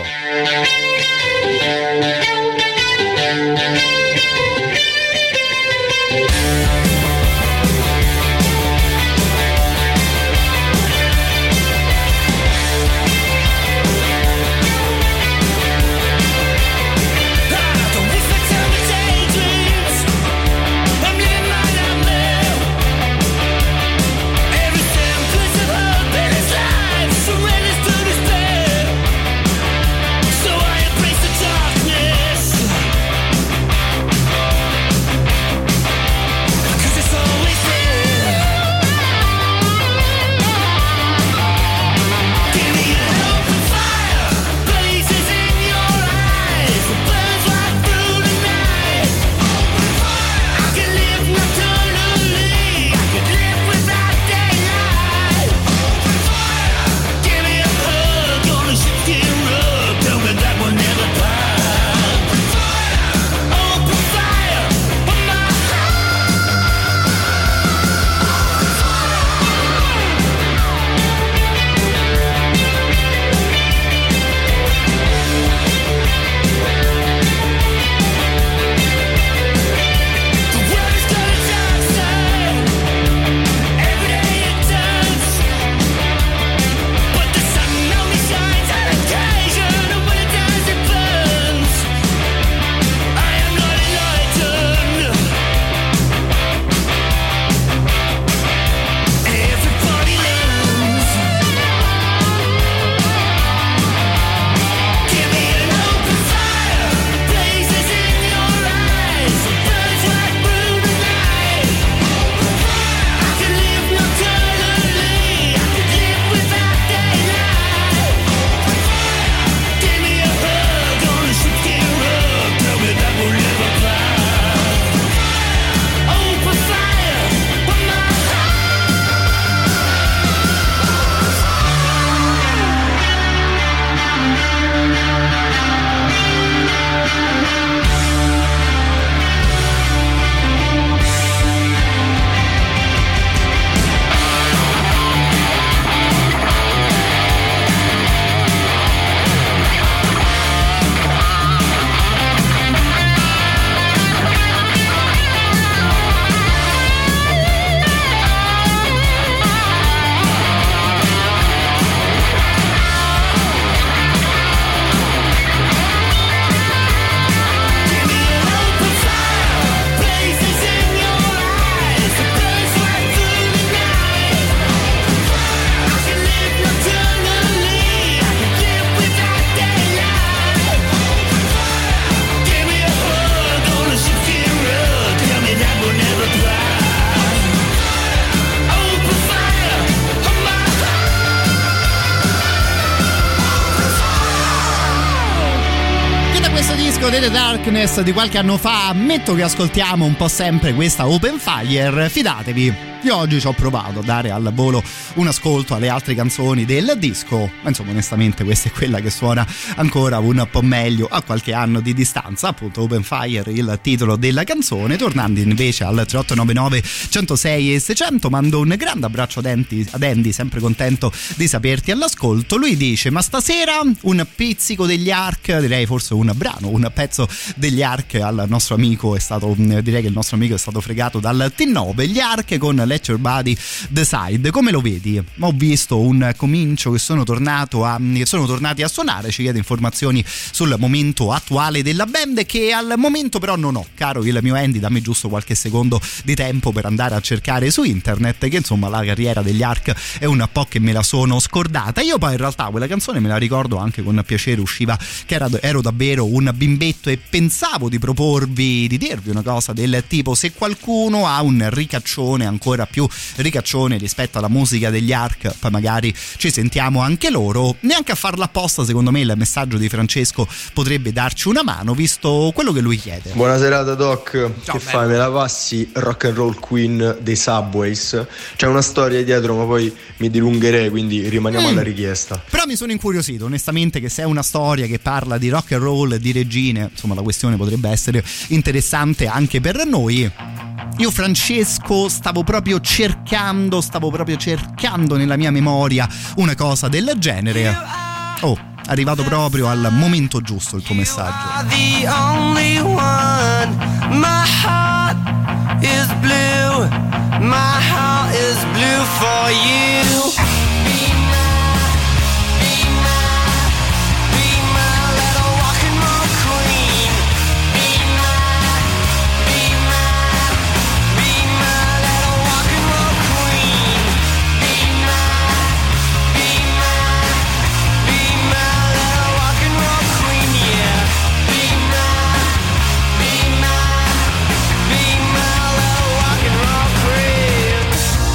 The Darkness di qualche anno fa, ammetto che ascoltiamo un po' sempre questa Open Fire. Fidatevi, io oggi ci ho provato a dare al volo un ascolto alle altre canzoni del disco, ma insomma onestamente questa è quella che suona ancora un po' meglio a qualche anno di distanza. Appunto Open Fire il titolo della canzone. Tornando invece al 3899 106 e 600, mando un grande abbraccio ad Andy, sempre contento di saperti all'ascolto. Lui dice: ma stasera un pizzico degli Ark, direi forse un brano, un pezzo degli Ark al nostro amico. È stato, direi che il nostro amico è stato fregato dal T9. Gli Ark con Let Your Body Decide. Come lo vedi? Ho visto un comincio che sono tornati a suonare, ci chiede informazioni sul momento attuale della band, che al momento però non ho, caro il mio Andy, dammi giusto qualche secondo di tempo per andare a cercare su internet, che insomma la carriera degli Ark è un po' che me la sono scordata. Io poi in realtà quella canzone me la ricordo anche con piacere, usciva che ero davvero un bimbetto e pensavo di proporvi, di dirvi una cosa del tipo: se qualcuno ha un ricaccione, ancora più ricaccione rispetto alla musica degli Ark, poi magari ci sentiamo anche loro. Neanche a farla apposta, secondo me il messaggio di Francesco potrebbe darci una mano, visto quello che lui chiede. Buona serata Doc. Ciao, che fai? Me la passi Rock and Roll Queen dei Subways? C'è una storia dietro, ma poi mi dilungherei, quindi rimaniamo alla richiesta. Però mi sono incuriosito onestamente, che se è una storia che parla di rock and roll, di regine, insomma la questione potrebbe essere interessante anche per noi. Io, Francesco, stavo proprio cercando nella mia memoria una cosa del genere. Oh, è arrivato proprio al momento giusto il tuo messaggio. The only one. My heart is blue. My heart is blue for you. Be my little rock and roll queen. Be my little rock and roll queen. Be my little rock and roll queen, yeah. Be my little rock and roll queen.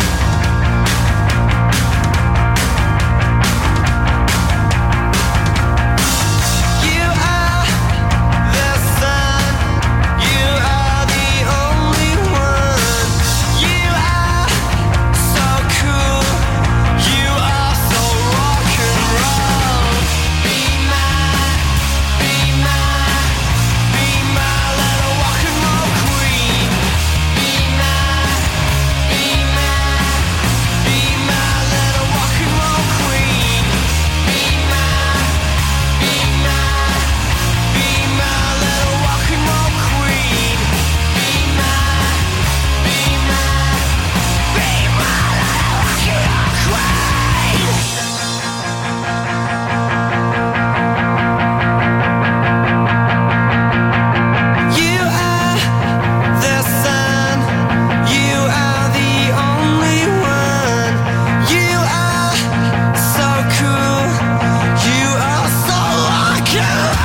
You are the sun. You are the only one. You are so cool. You are so rock and roll. Be my little rock and roll queen. Be my little rock and roll queen. Be my little rock and roll queen. Be You are the sun. You are the only one. You are so cool. You are so rock and roll.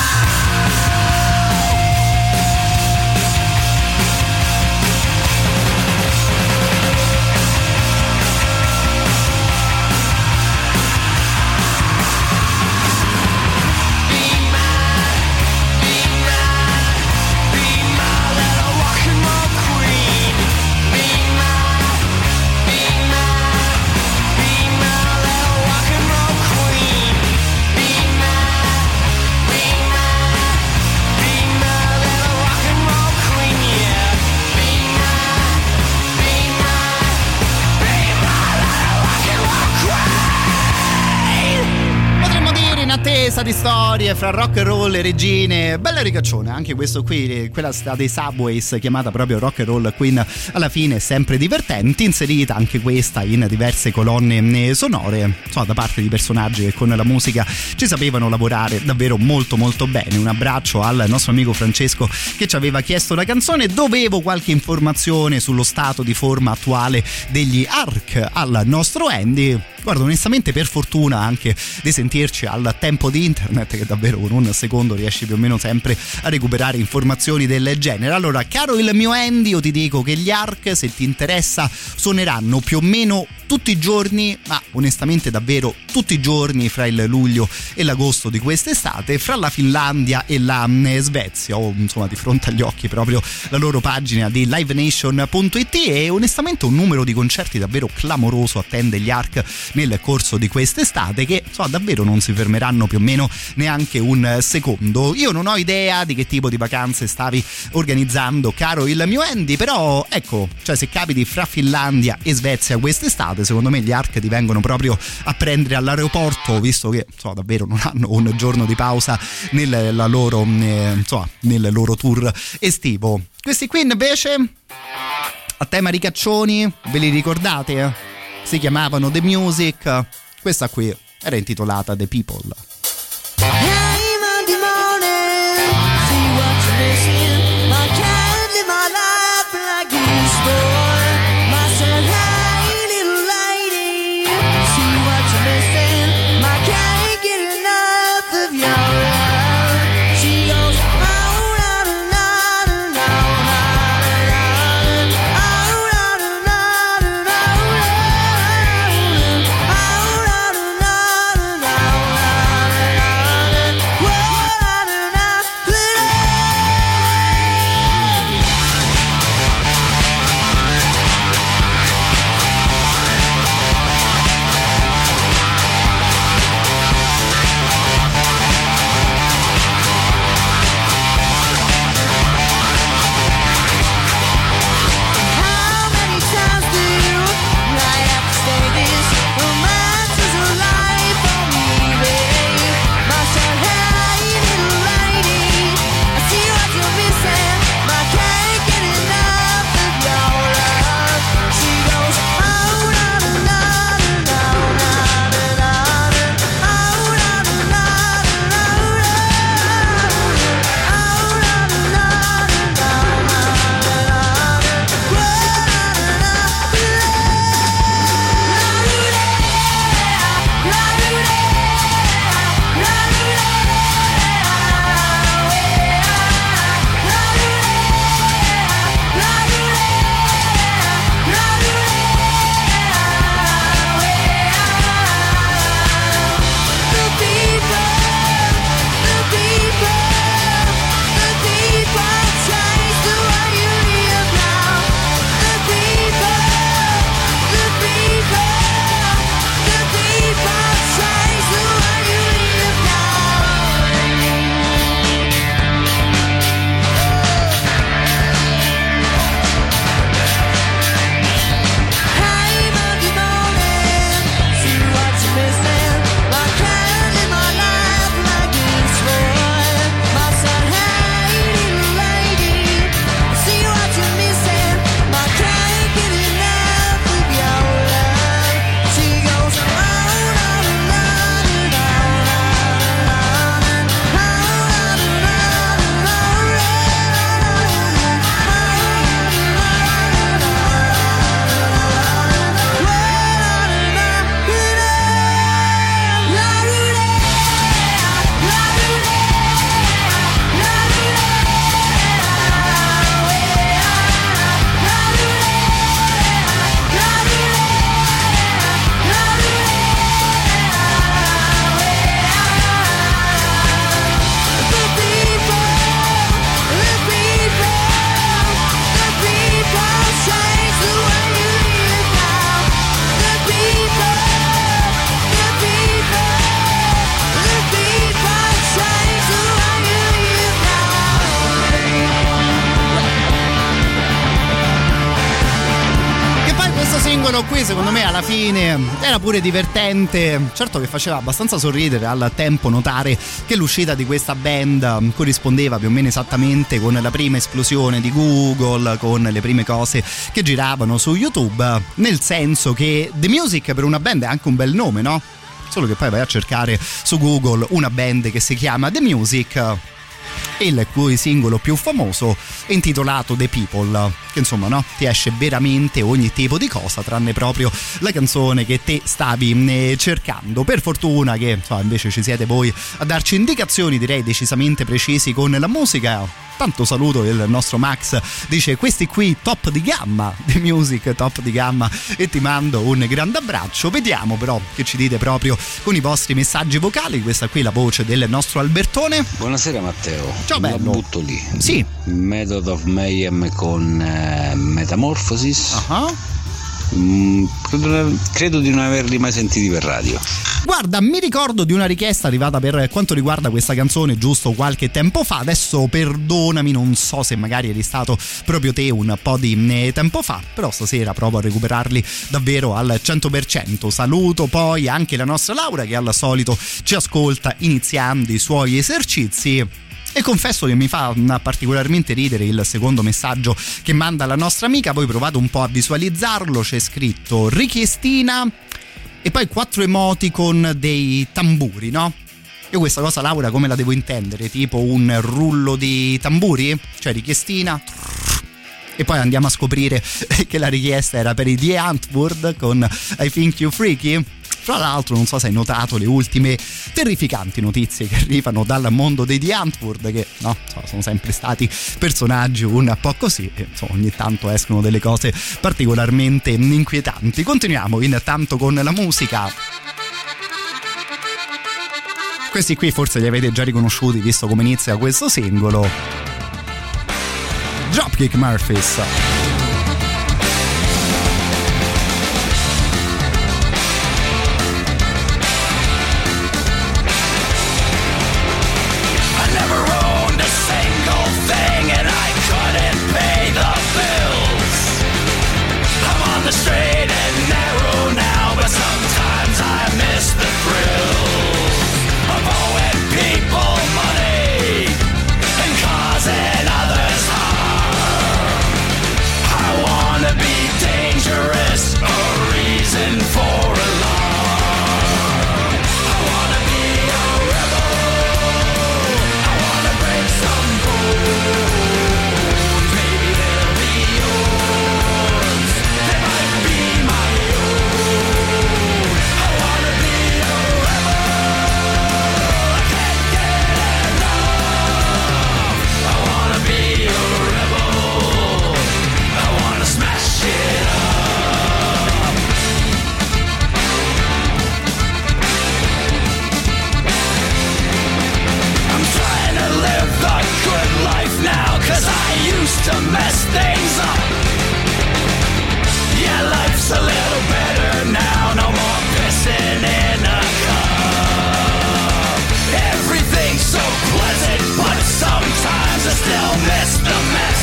Potremmo dire in attesa di storie fra rock and roll e regine. Bella ricaccione anche questo qui, quella dei Subways, chiamata proprio Rock and Roll Queen, alla fine sempre divertenti, inserita anche questa in diverse colonne sonore, insomma, da parte di personaggi che con la musica ci sapevano lavorare davvero molto molto bene. Un abbraccio al nostro amico Francesco che ci aveva chiesto la canzone. Dovevo qualche informazione sullo stato di forma attuale degli Ark al nostro Andy. Guarda, onestamente, per fortuna anche di sentirci al tempo di internet, che davvero con un secondo riesci più o meno sempre a recuperare informazioni del genere. Allora, caro il mio Andy, io ti dico che gli Ark, se ti interessa, suoneranno più o meno tutti i giorni, ma onestamente davvero tutti i giorni, fra il luglio e l'agosto di quest'estate, fra la Finlandia e la Svezia. Ho insomma di fronte agli occhi proprio la loro pagina di livenation.it, e onestamente un numero di concerti davvero clamoroso attende gli Ark nel corso di quest'estate, che insomma davvero non si fermeranno più o meno neanche un secondo. Io non ho idea di che tipo di vacanze stavi organizzando, caro il mio Andy, però ecco, cioè se capiti fra Finlandia e Svezia quest'estate, secondo me gli Ark ti vengono proprio a prendere all'aeroporto, visto che insomma davvero non hanno un giorno di pausa nel loro tour estivo. Questi qui invece A tema ricaccioni, ve li ricordate? Si chiamavano The Music. Questa qui era intitolata The People. Qui secondo me alla fine era pure divertente, certo che faceva abbastanza sorridere al tempo notare che l'uscita di questa band corrispondeva più o meno esattamente con la prima esplosione di Google, con le prime cose che giravano su YouTube, nel senso che The Music per una band è anche un bel nome, no? Solo che poi vai a cercare su Google una band che si chiama The Music e il cui singolo più famoso è intitolato The People, che insomma no, ti esce veramente ogni tipo di cosa tranne proprio la canzone che te stavi cercando. Per fortuna che insomma, invece ci siete voi a darci indicazioni direi decisamente precisi con la musica. Tanto saluto il nostro Max, dice questi qui top di gamma, The Music top di gamma, e ti mando un grande abbraccio. Vediamo però che ci dite proprio con i vostri messaggi vocali. Questa qui è la voce del nostro Albertone. Buonasera Matteo. Ciao bello. La butto lì. Sì. Method of Mayhem con Metamorphosis. Credo di non averli mai sentiti per radio. Guarda, mi ricordo di una richiesta arrivata per quanto riguarda questa canzone giusto qualche tempo fa. Adesso perdonami, non so se magari eri stato proprio te un po' di tempo fa, però stasera provo a recuperarli davvero al 100%. Saluto poi anche la nostra Laura che al solito ci ascolta iniziando i suoi esercizi. E confesso che mi fa particolarmente ridere il secondo messaggio che manda la nostra amica. Voi provate un po' a visualizzarlo, c'è scritto richiestina e poi 4 emoticon dei tamburi, no? Io questa cosa, Laura, come la devo intendere? Tipo un rullo di tamburi? Cioè richiestina e poi andiamo a scoprire che la richiesta era per i The Antwoord con I Think You Freaky. Fra l'altro non so se hai notato le ultime terrificanti notizie che arrivano dal mondo dei The Antwoord, che no, sono sempre stati personaggi un po' così e insomma, ogni tanto escono delle cose particolarmente inquietanti. Continuiamo intanto con la musica. Questi qui forse li avete già riconosciuti visto come inizia questo singolo. Dropkick Murphys. The straight and narrow now, but sometimes I miss the thrill of owing people money and causing others harm. I wanna be dangerous, a reason for alarm. I wanna be a rebel, I wanna break some bones. Maybe they'll be yours, they might be my own. I wanna be a rebel, I can't get enough. I wanna be a rebel, I wanna smash it up. I'm trying to live the good life now, 'cause I used to mess things up. Yeah, life's a little better now, no more pissing in a cup. Everything's so pleasant, but sometimes I still miss the mess.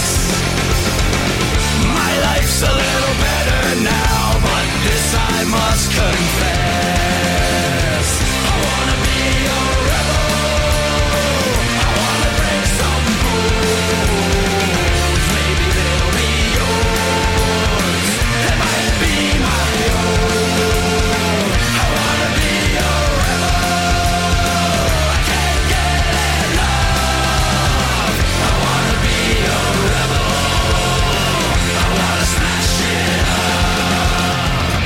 My life's a little better now, but this I must confess. I wanna be a rebel, I wanna break some bones. Maybe they'll be yours, they might be my own. I wanna be a rebel, I can't get enough. I wanna be a rebel, I wanna smash it up.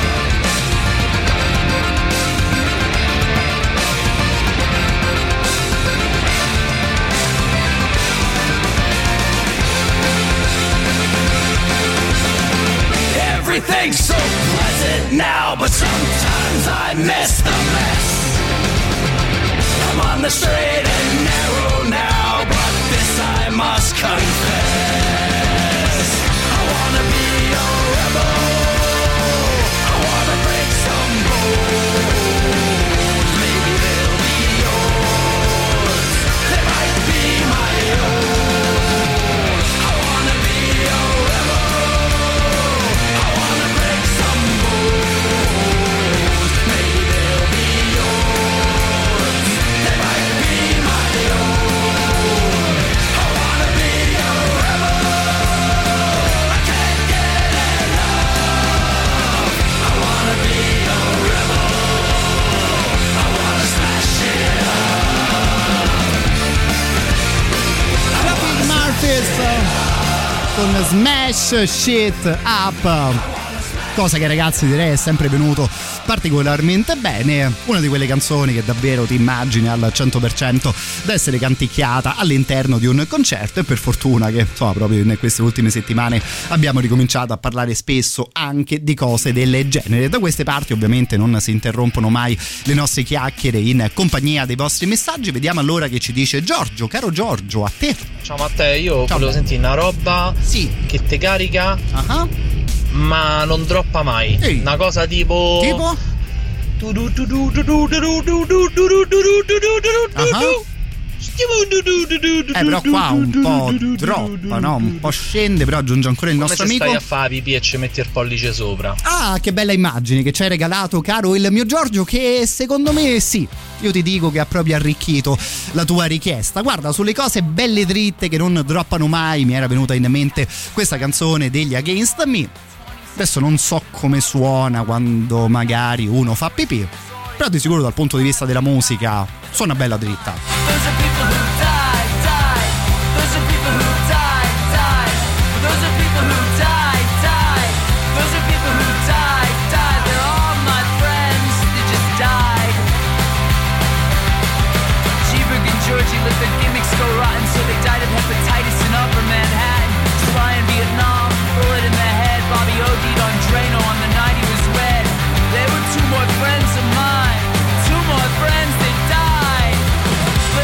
Everything's so pleasant now, but sometimes I miss the mess. I'm on the straight and narrow now, but this I must confess. I wanna be a rebel, I wanna break some bones. Maybe they'll be yours, they might be my own. I wanna be a rebel, I wanna break some bones. Maybe they'll be yours, they might be my own. I wanna be a rebel, I can't get enough. I wanna be a rebel, I wanna smash it up. Dropkick Murphys con Smash Shit Up, cosa che ragazzi direi è sempre venuto particolarmente bene. Una di quelle canzoni che davvero ti immagini al 100% da essere canticchiata all'interno di un concerto, e per fortuna che insomma proprio in queste ultime settimane abbiamo ricominciato a parlare spesso anche di cose del genere. Da queste parti ovviamente non si interrompono mai le nostre chiacchiere in compagnia dei vostri messaggi. Vediamo allora che ci dice Giorgio. Caro Giorgio, a te. Ciao Matteo, io Ciao. volevo sentire una roba che te carica, ma non droppa mai. Ehi. Una cosa tipo. Però qua un po' droppa, no? Un po' scende, però aggiunge ancora il nostro amico. Come se stai a fare pipì e ci metti il pollice sopra. Ah, che bella immagine che ci hai regalato, caro il mio Giorgio, che secondo me sì, io ti dico che ha proprio arricchito la tua richiesta. Guarda, sulle cose belle dritte che non droppano mai mi era venuta in mente questa canzone degli Against Me. Adesso non so come suona quando magari uno fa pipì, però di sicuro dal punto di vista della musica suona bella dritta. Georgie let the gimmicks go rotten, so they died of hepatitis in upper Manhattan. Spy in Vietnam, bullet in the head. Bobby OD'd on Drano on the night he was wed. They were two more friends of mine, two more friends that died.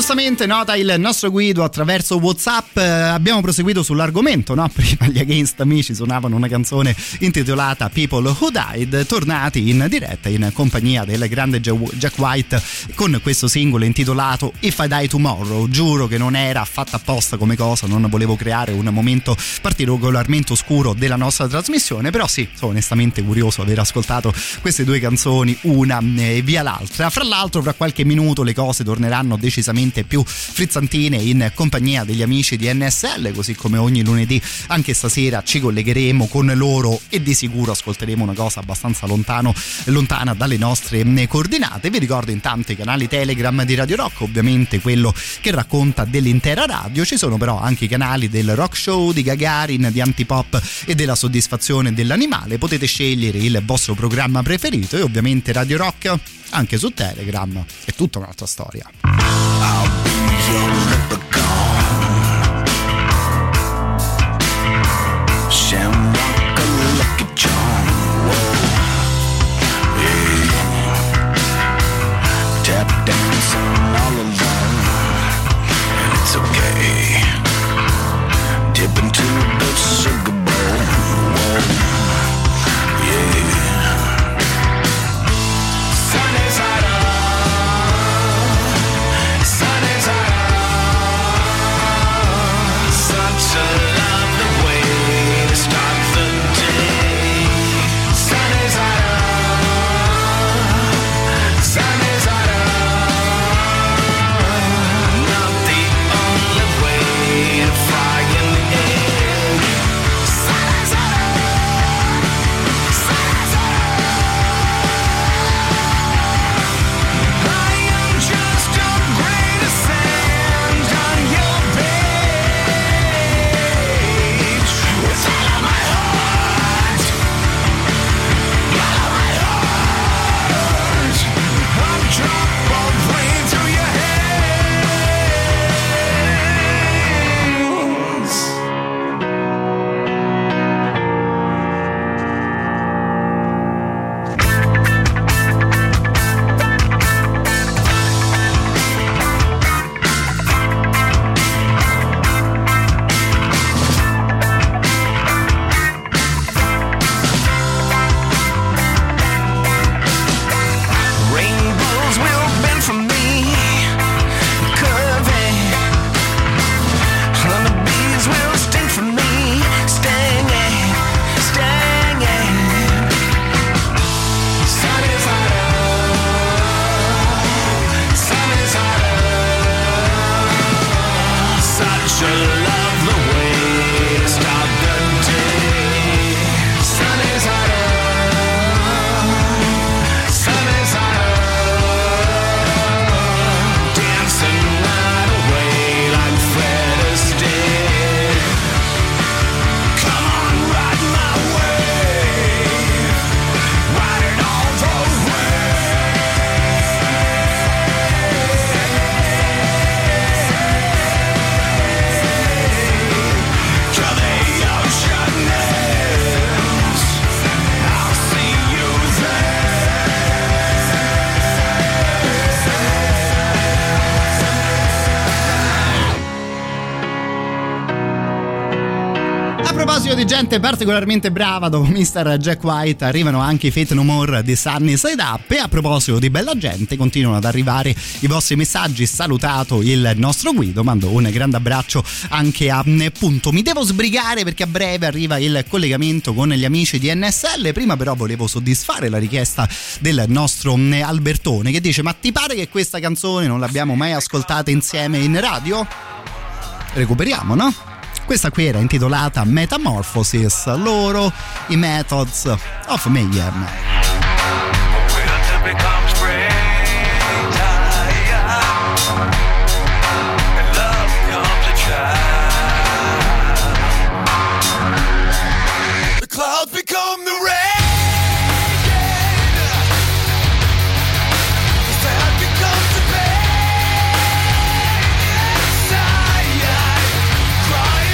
giustamente nota il nostro Guido attraverso WhatsApp, abbiamo proseguito sull'argomento, no? Prima gli Against Amici suonavano una canzone intitolata People Who Died, tornati in diretta in compagnia del grande Jack White con questo singolo intitolato If I Die Tomorrow. Giuro che non era fatta apposta come cosa, non volevo creare un momento particolarmente oscuro della nostra trasmissione, però sì, sono onestamente curioso aver ascoltato queste due canzoni una via l'altra. Fra l'altro fra qualche minuto le cose torneranno decisamente più frizzantine in compagnia degli amici di NSL, così come ogni lunedì anche stasera ci collegheremo con loro e di sicuro ascolteremo una cosa abbastanza lontana dalle nostre coordinate. Vi ricordo intanto i canali Telegram di Radio Rock, ovviamente quello che racconta dell'intera radio, ci sono però anche i canali del Rock Show, di Gagarin, di Antipop e della Soddisfazione dell'Animale, potete scegliere il vostro programma preferito e ovviamente Radio Rock anche su Telegram è tutta un'altra storia. Tap dancing all alone, and it's okay. Dip into the sugar bowl, whoa, yeah. Sun is out, sun is out. Such a lovely way to start the day. Sun is out, sun is out. Di gente particolarmente brava dopo Mr. Jack White arrivano anche i Faith No More di Sunny Side Up. E a proposito di bella gente, continuano ad arrivare i vostri messaggi. Salutato il nostro Guido, mando un grande abbraccio anche a Punto. Mi devo sbrigare perché a breve arriva il collegamento con gli amici di NSL. Prima però volevo soddisfare la richiesta del nostro Albertone, che dice: ma ti pare che questa canzone non l'abbiamo mai ascoltata insieme in radio? Recuperiamo, no? Questa qui era intitolata Metamorphosis, loro i Methods of Mayhem. The clouds become the rain.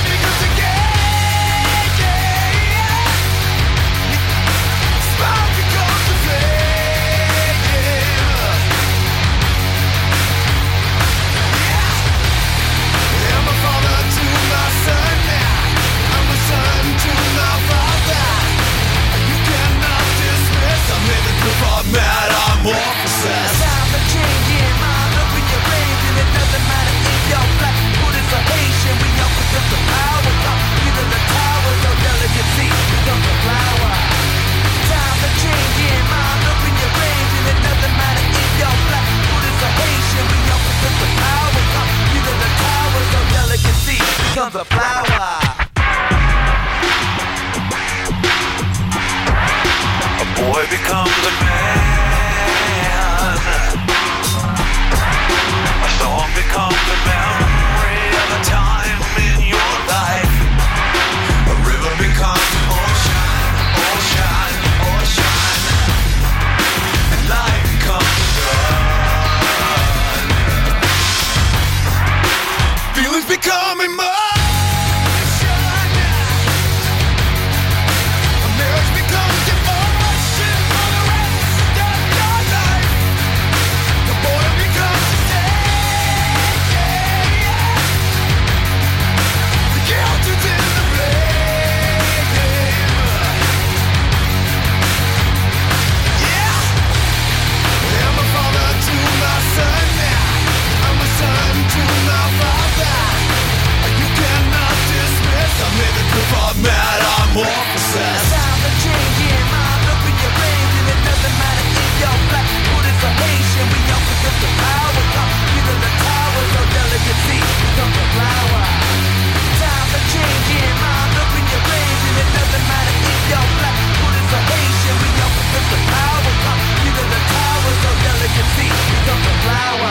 Because becomes a flower. A boy becomes a man. A song becomes a memory of a time in your life. A river becomes ocean, ocean, ocean. And life becomes sun. Feelings become emotion. A marriage becomes devotion for the rest of your life. The boy becomes a saint. The girl turns into blame. Yeah. I'm a father to my son now. I'm a son to my father. You cannot dismiss. I made the group of metamorphosis. Time to change your mind, open your brains, and it doesn't matter if you're black, Buddhist or Haitian. We all possess the power. Come either the tower, so delicacy becomes a flower. Time to change your mind, open your brains, and it doesn't matter if you're black, Buddhist or Haitian. We all possess the power. Come either the tower, so delicacy becomes a flower.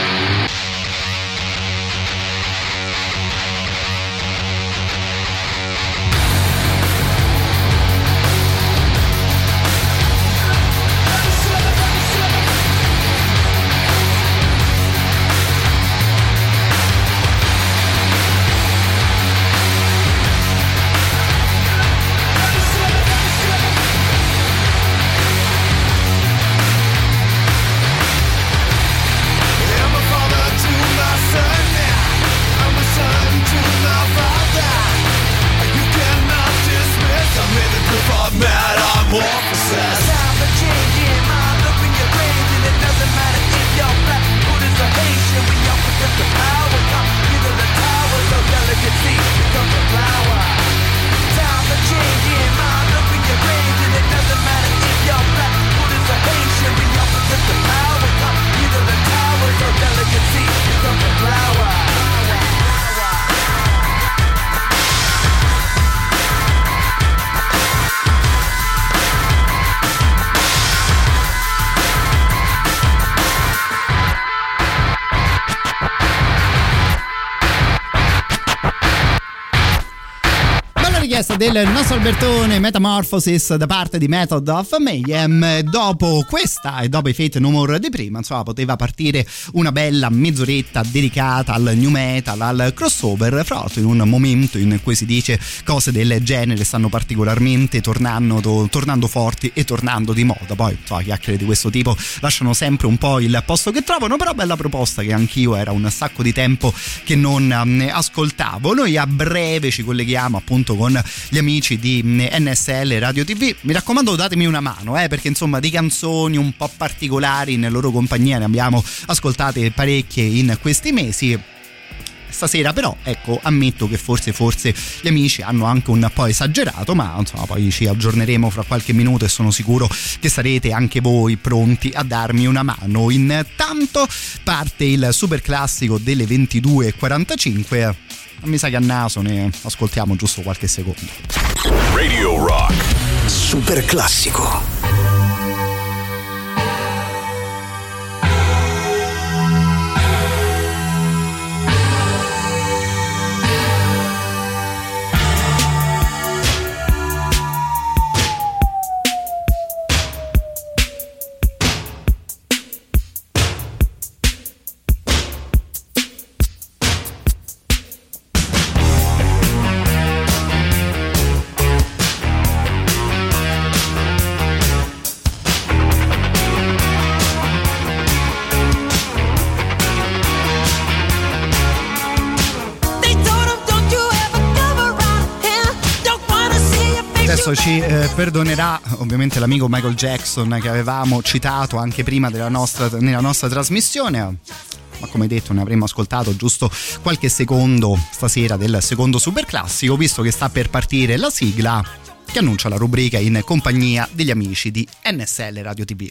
I'm a father to my son now. I'm a son to my father. You cannot dismiss. I made the group of metamorphosis. Time to change your mind, open your brains, and it doesn't matter if you're black, Buddhist or Haitian. We all possess the power. Come either the tower, so delicacy becomes a flower. Time to change your mind, open your brains, and it doesn't matter if you're black, Buddhist or Haitian. We all possess the power. Come either the tower, so delicacy becomes a flower. Bella richiesta del nostro Albertone, Metamorphosis da parte di Method of Mayhem. Dopo questa e dopo i Fate No More di prima, insomma, poteva partire una bella mezz'oretta dedicata al new metal, al crossover, fra l'altro in un momento in cui si dice cose del genere stanno particolarmente tornando forti e tornando di moda. Poi insomma, chiacchiere di questo tipo lasciano sempre un po' il posto che trovano, però bella proposta che anch'io era un sacco di tempo che non ascoltavo. Noi a breve ci colleghiamo appunto con gli amici di NSL Radio TV. Mi raccomando, datemi una mano, perché insomma di canzoni un po' particolari in loro compagnia ne abbiamo ascoltate parecchie in questi mesi. Stasera però, ecco, ammetto che forse gli amici hanno anche un po' esagerato, ma insomma poi ci aggiorneremo fra qualche minuto e sono sicuro che sarete anche voi pronti a darmi una mano. Intanto parte il super classico delle 22:45. Mi sa che a naso ne ascoltiamo giusto qualche secondo. Radio Rock. Super classico. Adesso ci perdonerà ovviamente l'amico Michael Jackson che avevamo citato anche prima nella nostra trasmissione, ma come detto ne avremmo ascoltato giusto qualche secondo stasera del secondo super classico, visto che sta per partire la sigla che annuncia la rubrica in compagnia degli amici di NSL Radio TV.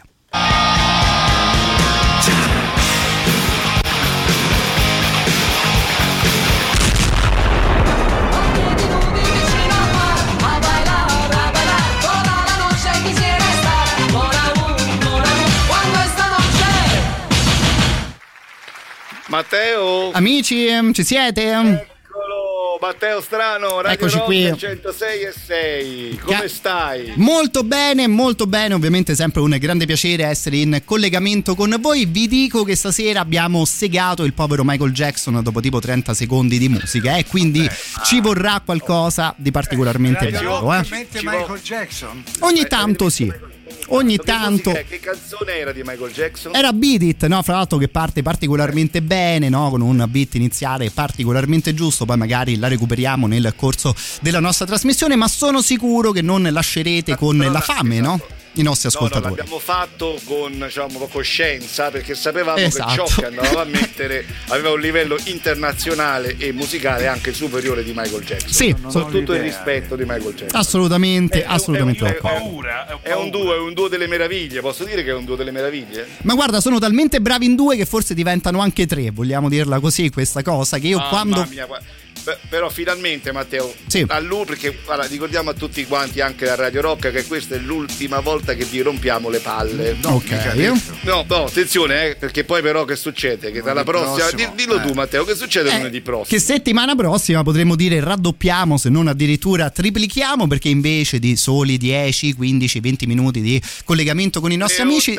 Matteo. Amici, ci siete? Eccolo, Matteo Strano, Radio Eccoci Rock qui. 106.6. Come stai? Molto bene, ovviamente sempre un grande piacere essere in collegamento con voi. Vi dico che stasera abbiamo segato il povero Michael Jackson dopo tipo 30 secondi di musica, quindi ci vorrà qualcosa di particolarmente bello. Michael Jackson? Ogni tanto sì. Ogni tanto. Che canzone era di Michael Jackson? Era Beat It, no? Fra l'altro che parte particolarmente bene, no? Con un beat iniziale particolarmente giusto, poi magari la recuperiamo nel corso della nostra trasmissione, ma sono sicuro che non lascerete con la fame, no? I nostri ascoltatori. No, l'abbiamo fatto con, diciamo, coscienza, perché sapevamo Esatto. che ciò che andavamo a mettere aveva un livello internazionale e musicale anche superiore di Michael Jackson. Sì, con tutto il rispetto di Michael Jackson. Assolutamente d'accordo. È un duo delle meraviglie. Posso dire che è un duo delle meraviglie? Ma guarda, sono talmente bravi in due che forse diventano anche tre, vogliamo dirla così, questa cosa che io quando Mia, però finalmente, Matteo, sì. Perché guarda, ricordiamo a tutti quanti anche da Radio Rock che questa è l'ultima volta che vi rompiamo le palle. No, attenzione, perché poi però che succede? Che dalla prossima, dillo tu Matteo, che succede lunedì prossimo? Che settimana prossima potremmo dire raddoppiamo, se non addirittura triplichiamo, perché invece di soli 10, 15, 20 minuti di collegamento con i nostri amici,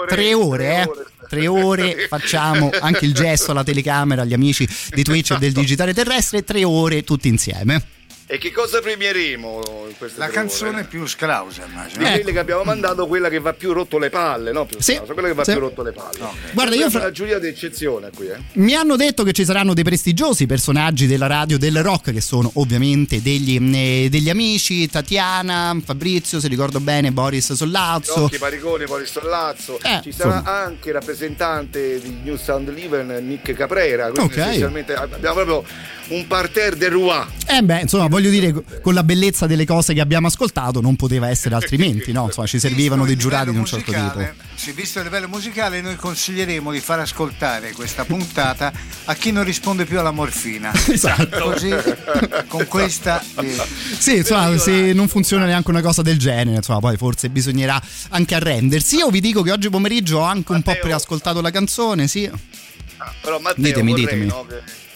3 ore facciamo anche il gesto alla telecamera agli amici di Twitch e del digitale terrestre, 3 ore tutti insieme. E che cosa premieremo in queste La canzone più sclausa, immagino. Di quelle che abbiamo mandato, quella che va più rotto le palle, no? Quella che va più rotto le palle. Guarda, io la giuria d'eccezione qui, Mi hanno detto che ci saranno dei prestigiosi personaggi della radio del rock, che sono ovviamente degli amici, Tatiana, Fabrizio, se ricordo bene, Boris Sollazzo, Rocchi Parigoni, Boris Sollazzo. Ci sarà anche il rappresentante di New Sound Living, Nick Caprera. Quindi essenzialmente abbiamo proprio un parterre de roi. Insomma, voglio dire, con la bellezza delle cose che abbiamo ascoltato non poteva essere altrimenti, no? Insomma, ci servivano dei giurati di un certo tipo. Sì, visto il livello musicale, noi consiglieremo di far ascoltare questa puntata a chi non risponde più alla morfina. Esatto. Così, con questa sì, insomma, se non funziona neanche una cosa del genere, insomma, poi forse bisognerà anche arrendersi. Io vi dico che oggi pomeriggio ho anche un po' preascoltato la canzone, sì. Però Matteo, ditemi. No,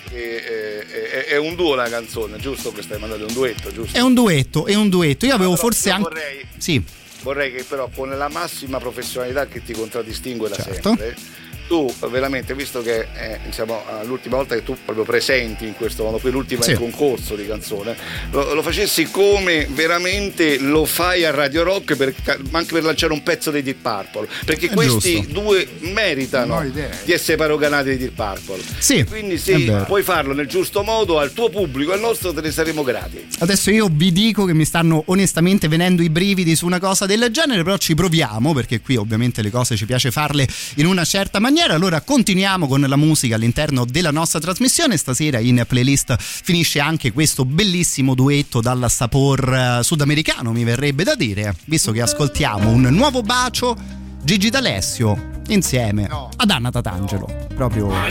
è un duo la canzone, giusto? Che stai mandando, è un duetto, giusto? È un duetto. Io avevo forse anche vorrei che però con la massima professionalità che ti contraddistingue da sempre, tu veramente, visto che siamo l'ultima volta che tu proprio presenti in questo modo qui, l'ultimo è il concorso di canzone, lo facessi come veramente lo fai a Radio Rock, anche per lanciare un pezzo dei Deep Purple, perché questi due meritano di essere paroganati dei Deep Purple. Sì, quindi se puoi farlo nel giusto modo al tuo pubblico, al nostro, te ne saremo grati. Adesso io vi dico che mi stanno onestamente venendo i brividi su una cosa del genere, però ci proviamo, perché qui ovviamente le cose ci piace farle in una certa maniera. Allora continuiamo con la musica all'interno della nostra trasmissione. Stasera in playlist finisce anche questo bellissimo duetto dal sapor sudamericano, mi verrebbe da dire, visto che ascoltiamo un nuovo bacio, Gigi D'Alessio insieme ad Anna Tatangelo. Proprio loro.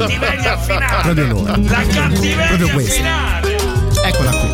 La cattiveria proprio questa. finale. Eccola qui.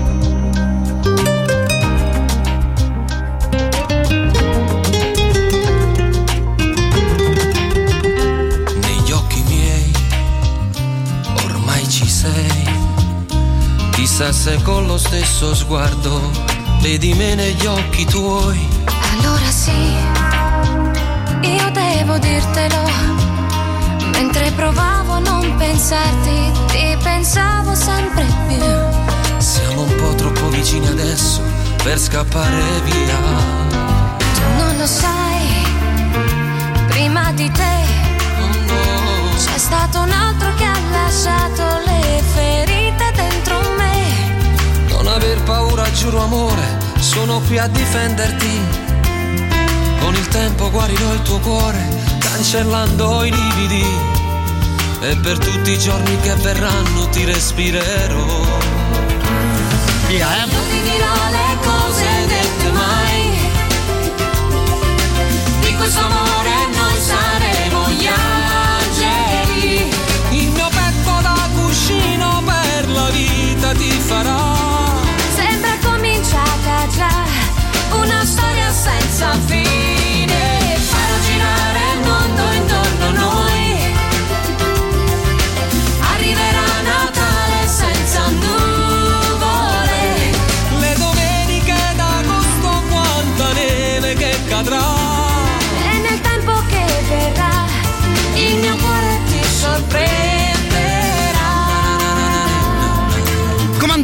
Chissà se con lo stesso sguardo vedi me negli occhi tuoi. Allora sì, io devo dirtelo, mentre provavo a non pensarti, ti pensavo sempre più. Siamo un po' troppo vicini adesso per scappare via. Tu non lo sai, prima di te c'è stato un altro che ha lasciato le ferite dentro me. Non aver paura, giuro amore, sono qui a difenderti. Con il tempo guarirò il tuo cuore, cancellando i lividi. E per tutti i giorni che verranno ti respirerò. Via, Non ti dirò le cose dette mai. Di questo amore noi saremo gli angeli. Il mio petto da cuscino per la vita ti farà. Sembra cominciata già una storia senza fine. Farò girare il mondo intorno a noi.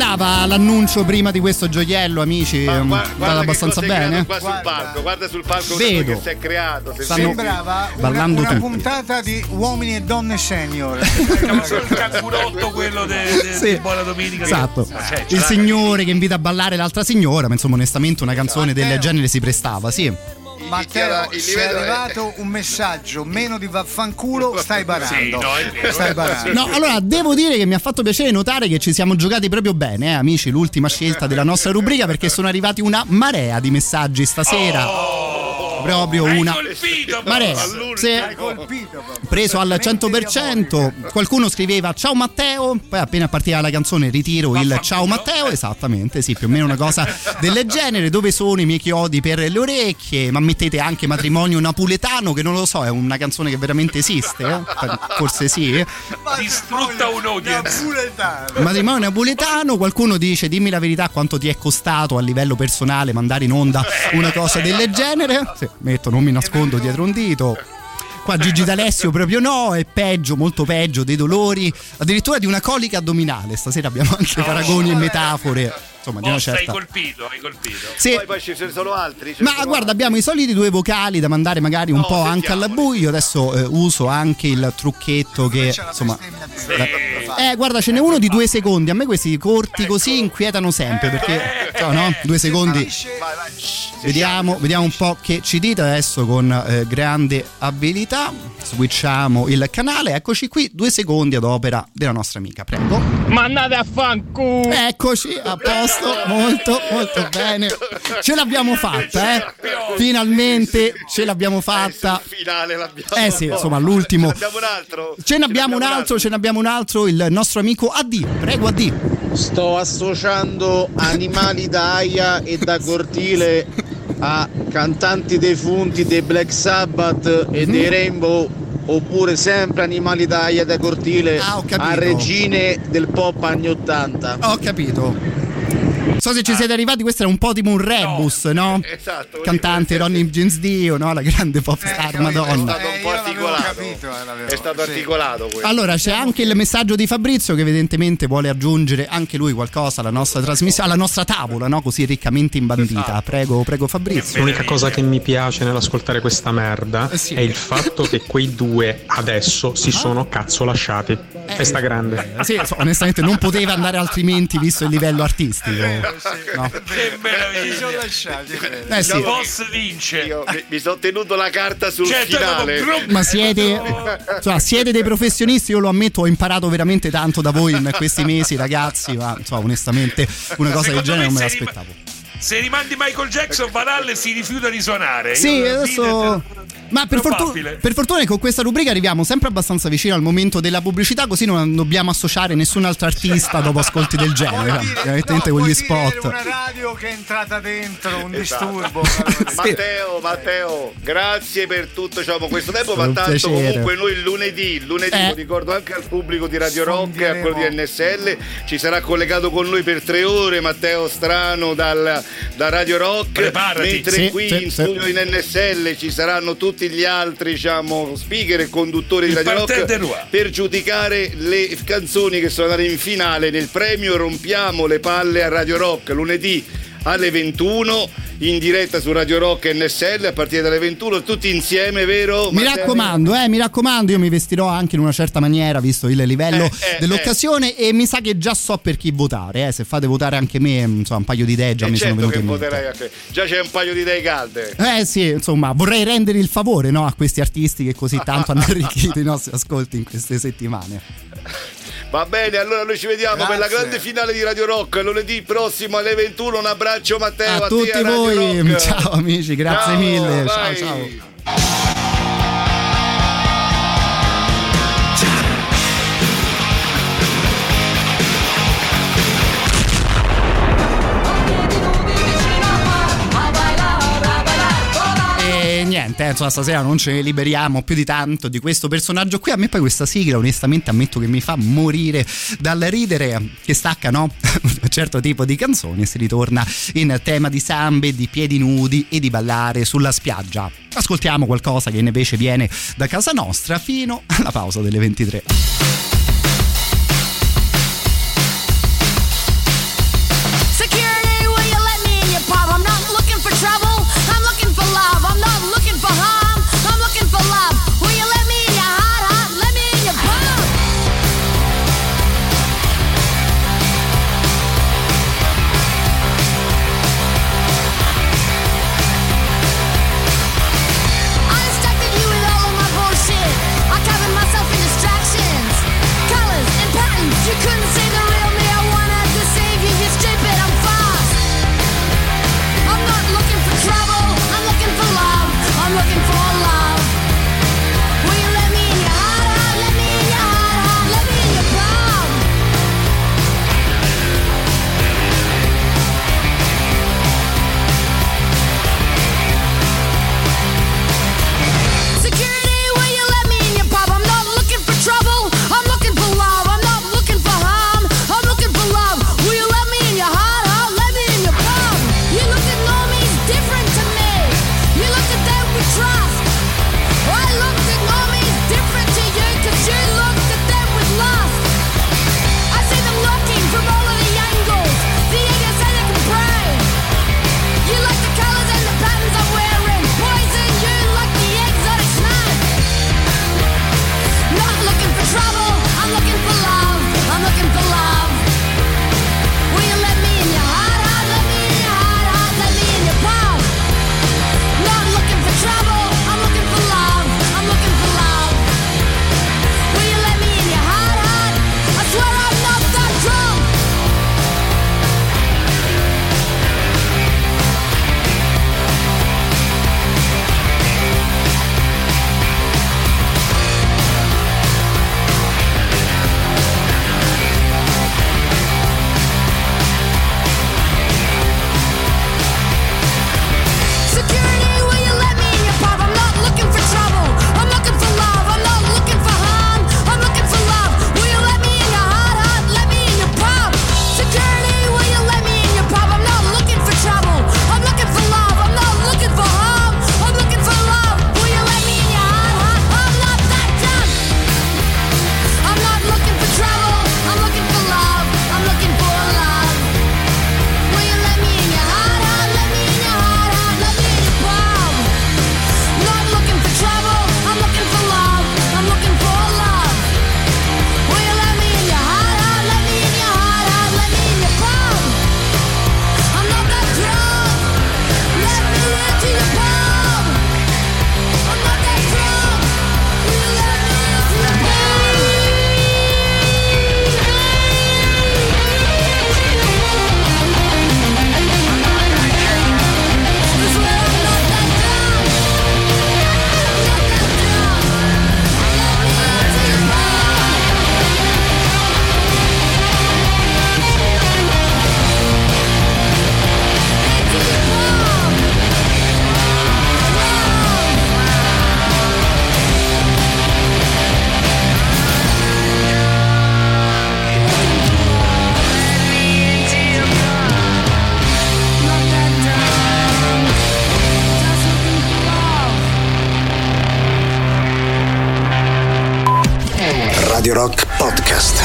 sembrava l'annuncio prima di questo gioiello, amici? Guarda abbastanza bene. Qua sul palco, guarda sul palco vedo che si è creato. Sembrava una puntata di Uomini e Donne Senior. Il cangurotto quello di Buona Domenica. Esatto. Il signore che invita a ballare l'altra signora, ma insomma onestamente una canzone del genere si prestava, sì. Matteo, se è arrivato un messaggio meno di vaffanculo, stai barando. Stai barando. No, allora devo dire che mi ha fatto piacere notare che ci siamo giocati proprio bene, amici, l'ultima scelta della nostra rubrica, perché sono arrivati una marea di messaggi stasera. Proprio una marea. Preso al 100%. Qualcuno scriveva ciao Matteo, poi appena partiva la canzone ritiro il ciao Matteo. Esattamente, sì, più o meno una cosa del genere. Dove sono i miei chiodi per le orecchie? Ma mettete anche matrimonio napoletano, che non lo so, è una canzone che veramente esiste, forse sì. Distrutta un'audience. Matrimonio napoletano. Qualcuno dice dimmi la verità, quanto ti è costato a livello personale mandare in onda una cosa del genere? Sì, metto, non mi nascondo dietro un dito. Qua Gigi D'Alessio proprio no, è peggio, molto peggio, dei dolori, addirittura di una colica addominale. Stasera abbiamo anche paragoni e metafore. Insomma, di una certa. Hai colpito. Sì. Poi ci sono altri. Guarda, abbiamo i soliti 2 vocali da mandare magari un po' anche al buio. Adesso uso anche il trucchetto che insomma. Guarda, ce n'è uno di 2 secondi. A me questi corti così inquietano sempre perché no? 2 secondi. Vediamo un po' che ci dite adesso con grande abilità. Switchiamo il canale. Eccoci qui, 2 secondi ad opera della nostra amica, prego. Ma andate a fanculo. Eccoci, a posto, molto bene. Ce l'abbiamo fatta, finalmente ce l'abbiamo fatta. Finale l'abbiamo. Sì, insomma, l'ultimo. Ce n'abbiamo un altro, il nostro amico AD. Prego AD. Sto associando animali da Aia e da Cortile a cantanti defunti dei Black Sabbath e dei Rainbow, oppure sempre animali da Aia da Cortile a regine del pop anni 80. Ho capito. Non so se ci siete arrivati, questo era un po' tipo un rebus, no? Esatto. Cantante Ronnie James Dio, no? La grande pop star Madonna. È stato un po' articolato. È stato articolato questo. Allora c'è anche il messaggio di Fabrizio che evidentemente vuole aggiungere anche lui qualcosa alla nostra trasmissione, alla nostra tavola, no? Così riccamente imbandita. Prego Fabrizio. L'unica cosa che mi piace nell'ascoltare questa merda è il fatto che quei 2 adesso si sono cazzo lasciati. Festa grande. Sì, onestamente non poteva andare altrimenti visto il livello artistico. No. Che meraviglia. Si sono lasciati. Il boss vince. Io mi sono tenuto la carta sul finale. Ma siete dei professionisti, io lo ammetto, ho imparato veramente tanto da voi in questi mesi, ragazzi, ma onestamente una cosa del genere non me l'aspettavo. Se rimandi Michael Jackson, Van Halen si rifiuta di suonare. Sì, adesso. Ma per fortuna con questa rubrica arriviamo sempre abbastanza vicino al momento della pubblicità, così non dobbiamo associare nessun altro artista dopo ascolti del genere. Direttamente con gli spot. Una radio che è entrata dentro, un disturbo. Matteo, grazie per tutto, questo tempo, ma tanto comunque noi il lunedì lo ricordo anche al pubblico di Radio Rock e a quello di NSL, ci sarà collegato con noi per 3 ore Matteo Strano da Radio Rock. Preparati. Mentre qui in studio in NSL ci saranno tutti gli altri speaker e conduttori di Radio Rock per giudicare le canzoni che sono andate in finale nel premio Rompiamo le palle a Radio Rock lunedì alle 21 in diretta su Radio Rock NSL a partire dalle 21 tutti insieme, vero? Mi raccomando, io mi vestirò anche in una certa maniera visto il livello dell'occasione e mi sa che già so per chi votare, se fate votare anche me, un paio di idee già mi sono venute in mente. Già c'è un paio di idee calde. Sì, insomma, vorrei rendere il favore, no, a questi artisti che così tanto hanno arricchito i nostri ascolti in queste settimane. Va bene, allora noi ci vediamo per la grande finale di Radio Rock lunedì prossimo alle 21. Un abbraccio Matteo, a tutti voi. Ciao amici, grazie mille. Vai. Ciao. Niente, stasera non ce ne liberiamo più di tanto di questo personaggio qui. A me poi questa sigla onestamente ammetto che mi fa morire dal ridere, che stacca, no? Un certo tipo di canzoni e si ritorna in tema di sambe, di piedi nudi e di ballare sulla spiaggia. Ascoltiamo qualcosa che invece viene da casa nostra fino alla pausa delle 23. Radio Rock Podcast.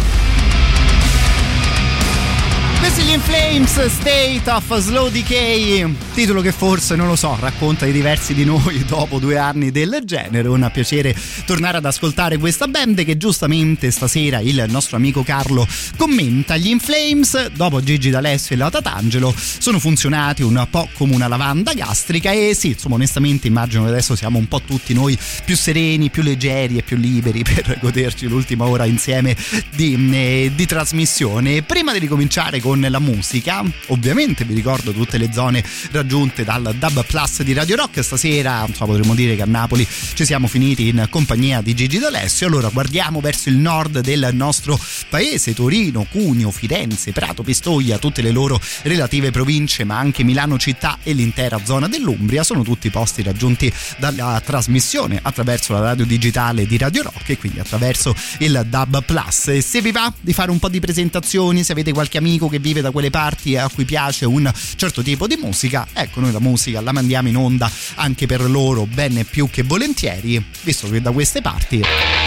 Questi gli In Flames, State of Slow Decay, titolo che forse, non lo so, racconta di diversi di noi dopo 2 anni del genere. Un piacere tornare ad ascoltare questa band che giustamente stasera il nostro amico Carlo commenta. Gli In Flames, dopo Gigi D'Alessio e la Tatangelo, sono funzionati un po' come una lavanda gastrica e sì, insomma, onestamente immagino che adesso siamo un po' tutti noi più sereni, più leggeri e più liberi per goderci l'ultima ora insieme di trasmissione. Prima di ricominciare con la musica, ovviamente vi ricordo tutte le zone raggiunte dal Dub Plus di Radio Rock. Stasera potremmo dire che a Napoli ci siamo finiti in compagnia di Gigi D'Alessio. Allora guardiamo verso il nord del nostro paese: Torino, Cuneo, Firenze, Prato, Pistoia, tutte le loro relative province, ma anche Milano città e l'intera zona dell'Umbria sono tutti posti raggiunti dalla trasmissione attraverso la radio digitale di Radio Rock e quindi attraverso il Dub Plus. E se vi va di fare un po' di presentazioni, se avete qualche amico che vive da quelle parti e a cui piace un certo tipo di musica, ecco, noi la musica la mandiamo in onda anche per loro ben più che volentieri, visto che da queste parti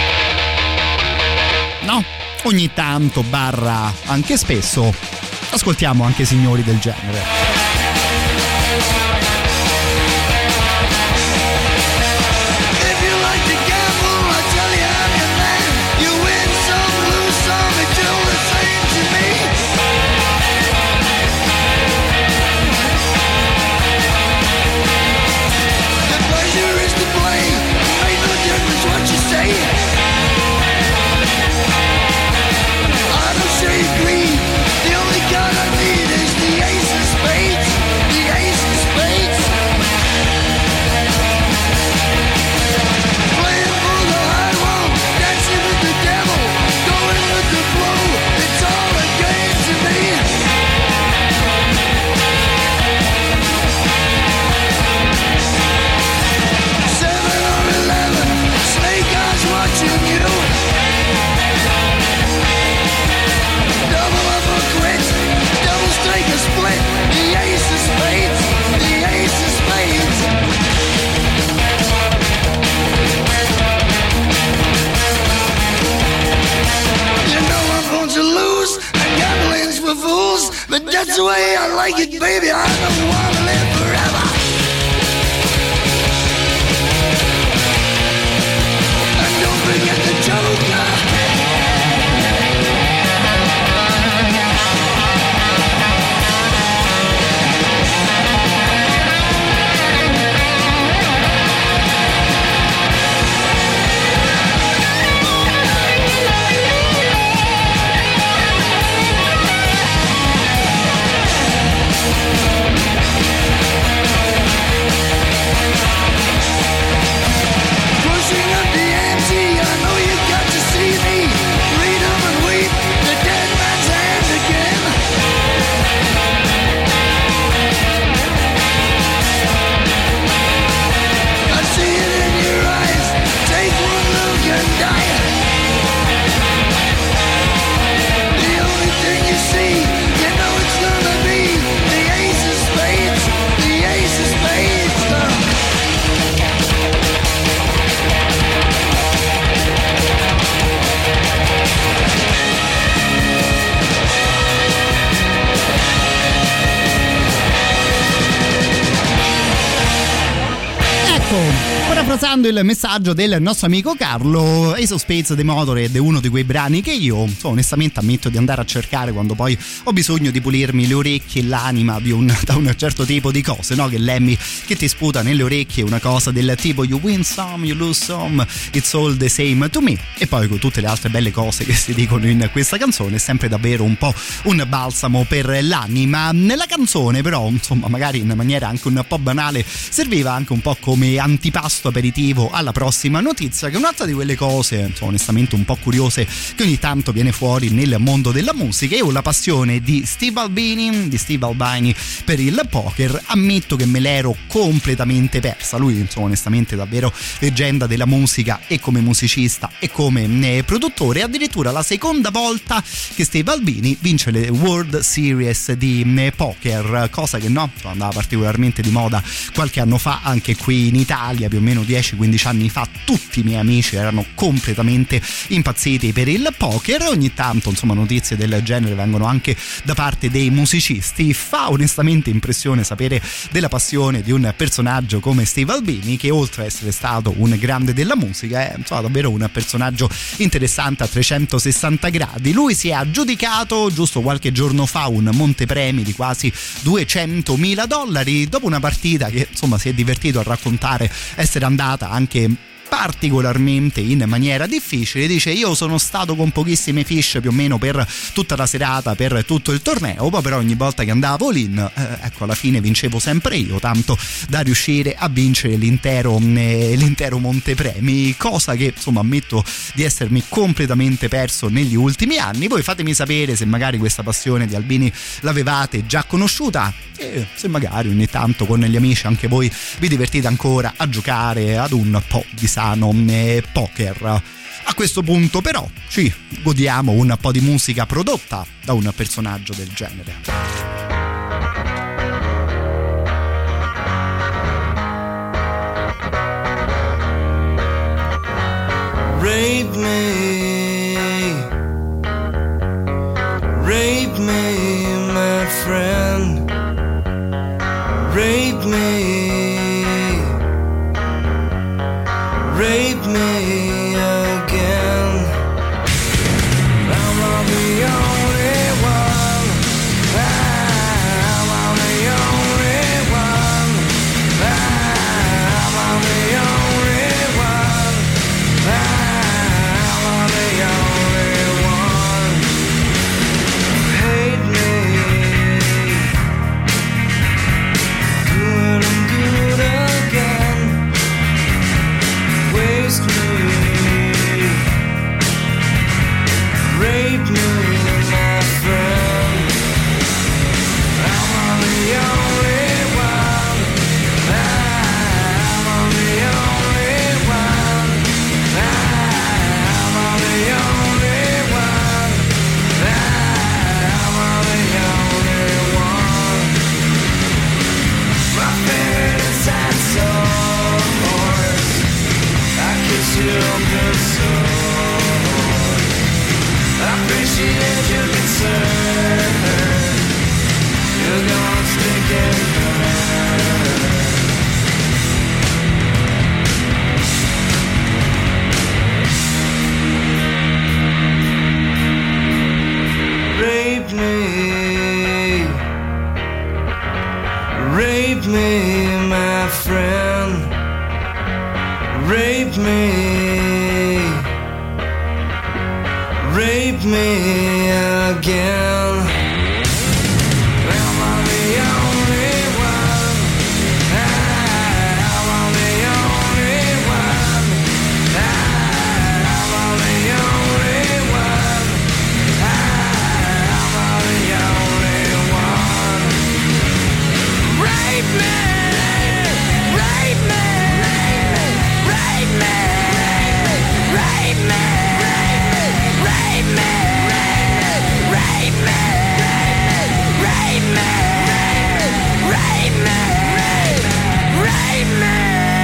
ogni tanto barra anche spesso ascoltiamo anche signori del genere. But that's the way I like it, baby. I don't wanna live forever. And don't forget the Joker. Parafrasando il messaggio del nostro amico Carlo, Ace of Spades dei Motorhead è uno di quei brani che io onestamente ammetto di andare a cercare quando poi ho bisogno di pulirmi le orecchie e l'anima da un certo tipo di cose, no? Che Lemmy che ti sputa nelle orecchie una cosa del tipo you win some, you lose some, it's all the same to me, e poi con tutte le altre belle cose che si dicono in questa canzone è sempre davvero un po' un balsamo per l'anima. Nella canzone però, insomma, magari in maniera anche un po' banale, serviva anche un po' come antipasto aperitivo alla prossima notizia, che è un'altra di quelle cose, insomma, onestamente un po' curiose che ogni tanto viene fuori nel mondo della musica. Io ho la passione di Steve Albini per il poker, ammetto che me l'ero completamente persa. Lui, insomma, onestamente davvero leggenda della musica e come musicista e come produttore. Addirittura la seconda volta che Steve Albini vince le World Series di poker, cosa che andava particolarmente di moda qualche anno fa anche qui in Italia, più o meno 10-15 anni fa tutti i miei amici erano completamente impazziti per il poker. Ogni tanto insomma notizie del genere vengono anche da parte dei musicisti. Fa onestamente impressione sapere della passione di un personaggio come Steve Albini, che oltre a essere stato un grande della musica è insomma davvero un personaggio interessante a 360 gradi. Lui si è aggiudicato giusto qualche giorno fa un montepremi di quasi $200.000 dopo una partita che insomma si è divertito a raccontare essere andata anche particolarmente in maniera difficile. Dice: io sono stato con pochissime fish più o meno per tutta la serata, per tutto il torneo, poi però ogni volta che andavo in ecco alla fine vincevo sempre io, tanto da riuscire a vincere l'intero montepremi, cosa che insomma ammetto di essermi completamente perso negli ultimi anni. Voi fatemi sapere se magari questa passione di Albini l'avevate già conosciuta e se magari ogni tanto con gli amici anche voi vi divertite ancora a giocare ad un po' di sano poker. A questo punto però ci godiamo un po' di musica prodotta da un personaggio del genere. Rape me, my friend. Rape me again. I'm not the only one. I'm not the only one. I'm not the only one. I'm not the only one. Hate me. Doing good again. Waste me. Rape me, my friend. I'm the only one. I'm the only one. I'm the only one. I'm the only one. My favorite is that horse. I kiss you good sword. I appreciate your concern. You're gonna stick it hard. Rape me, my friend. Rape me again. I'm the only one. I'm the only one. I'm the only one. I'm the only one. Rape me. Rape me. Rape me. Rape me. Rape me. Rape me. Rape me. Rape me. Rape me.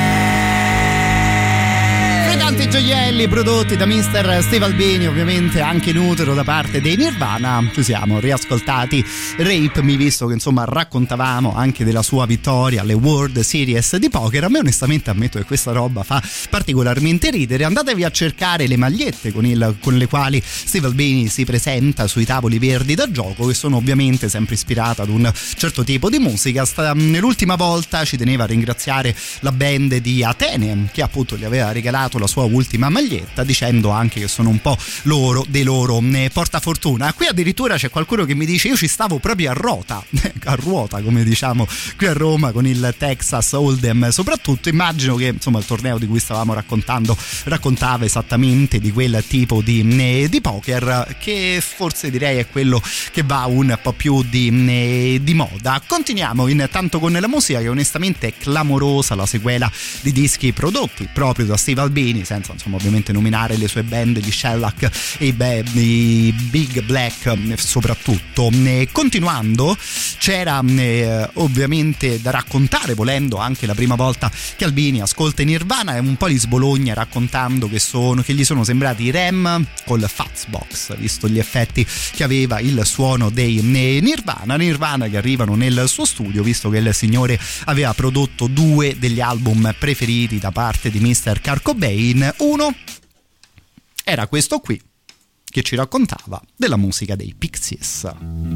Freganti gioielli prodotti da Mr. Steve Albini, ovviamente anche in utero da parte dei Nirvana. Ci siamo riascoltati Rape Me, visto che insomma raccontavamo anche della sua vittoria alle World Series di poker. A me onestamente ammetto che questa roba fa particolarmente ridere. Andatevi a cercare le magliette con le quali Steve Albini si presenta sui tavoli verdi da gioco, che sono ovviamente sempre ispirate ad un certo tipo di musica. Nell'ultima volta ci teneva a ringraziare la band di Atene che appunto gli aveva regalato la sua ultima maglietta, dicendo anche che sono un po' dei loro portafortuna. Qui addirittura c'è qualcuno che mi dice: io ci stavo proprio a ruota come diciamo qui a Roma con il Texas Hold'em. Soprattutto immagino che insomma il torneo di cui stavamo raccontava esattamente di quel tipo di poker, che forse direi è quello che va un po' più di moda. Continuiamo intanto con la musica, che onestamente è clamorosa, la sequela di dischi prodotti proprio da Steve Albini, senza insomma ovviamente ovviamente nominare le sue band di Shellac e i Big Black soprattutto. Continuando, c'era ovviamente da raccontare, volendo, anche la prima volta che Albini ascolta Nirvana, e un po' li sbologna raccontando che gli sono sembrati i Rem col Fuzbox, visto gli effetti che aveva il suono dei Nirvana che arrivano nel suo studio, visto che il signore aveva prodotto 2 degli album preferiti da parte di Mr. Kurt Cobain. Uno era questo qui, che ci raccontava della musica dei Pixies.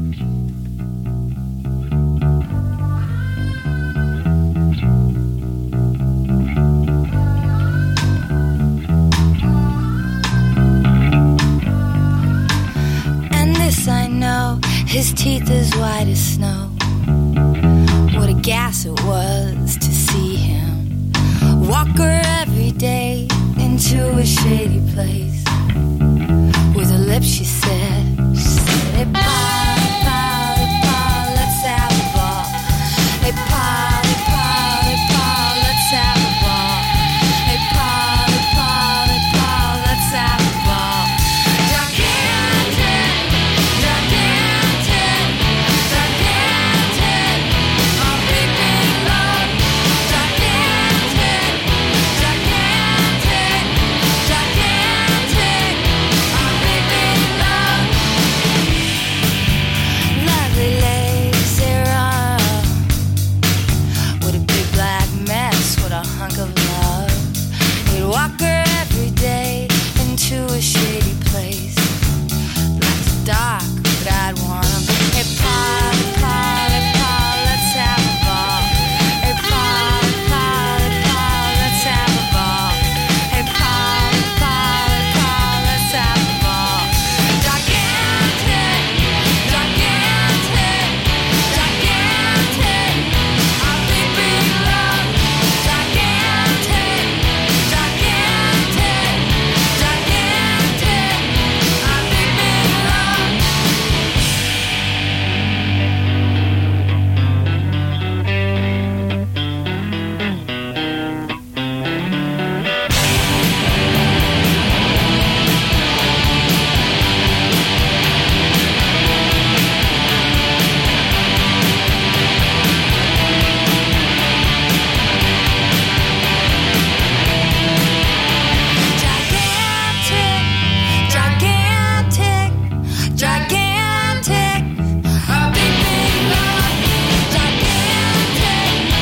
And this I know, his teeth as white as snow. What a gas it was to see him walk her every day into a shady place. With her lips she said, hey Paul, let's have a ball. Hey Paul, let's have a ball. Hey Paul, let's have a ball. Gigantic, our big love. Gigantic, our big love. Lovely legs they run with a big black mess, what a hunk of love. He'd walk her every day into a shady place. Life's dark, but I'd want him. Hey, Paul, let's have a ball. Hey, Paul, let's have a ball. Hey, Paul, let's have a ball. Gigantic, our big love. Gigantic, our big love. Gigantic, our big love. Gigantic,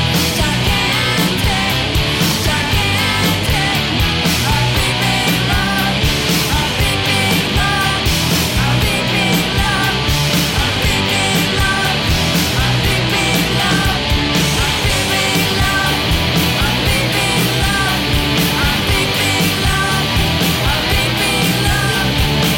our big love. Our big love, our big love. Our big love, our big love. Our big love, our big love. Our big love, our big love.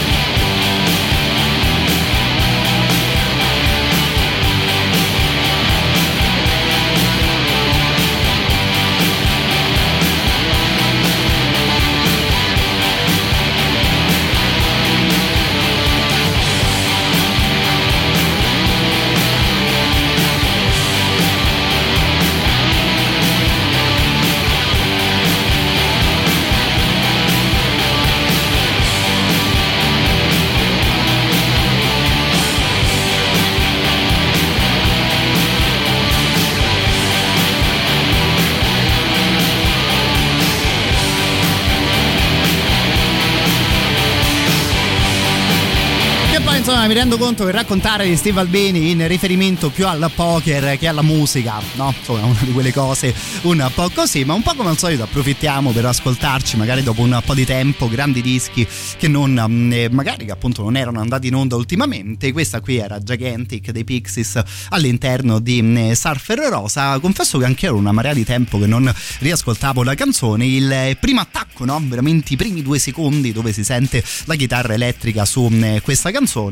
Che poi insomma mi rendo conto che raccontare di Steve Albini in riferimento più al poker che alla musica, no? Insomma, una di quelle cose un po' così, ma un po' come al solito approfittiamo per ascoltarci magari dopo un po' di tempo grandi dischi che non magari che appunto non erano andati in onda ultimamente. Questa qui era Gigantic dei Pixies all'interno di Surfer Rosa. Confesso che anche ero una marea di tempo che non riascoltavo la canzone. Il primo attacco, no? Veramente i primi 2 secondi dove si sente la chitarra elettrica su questa canzone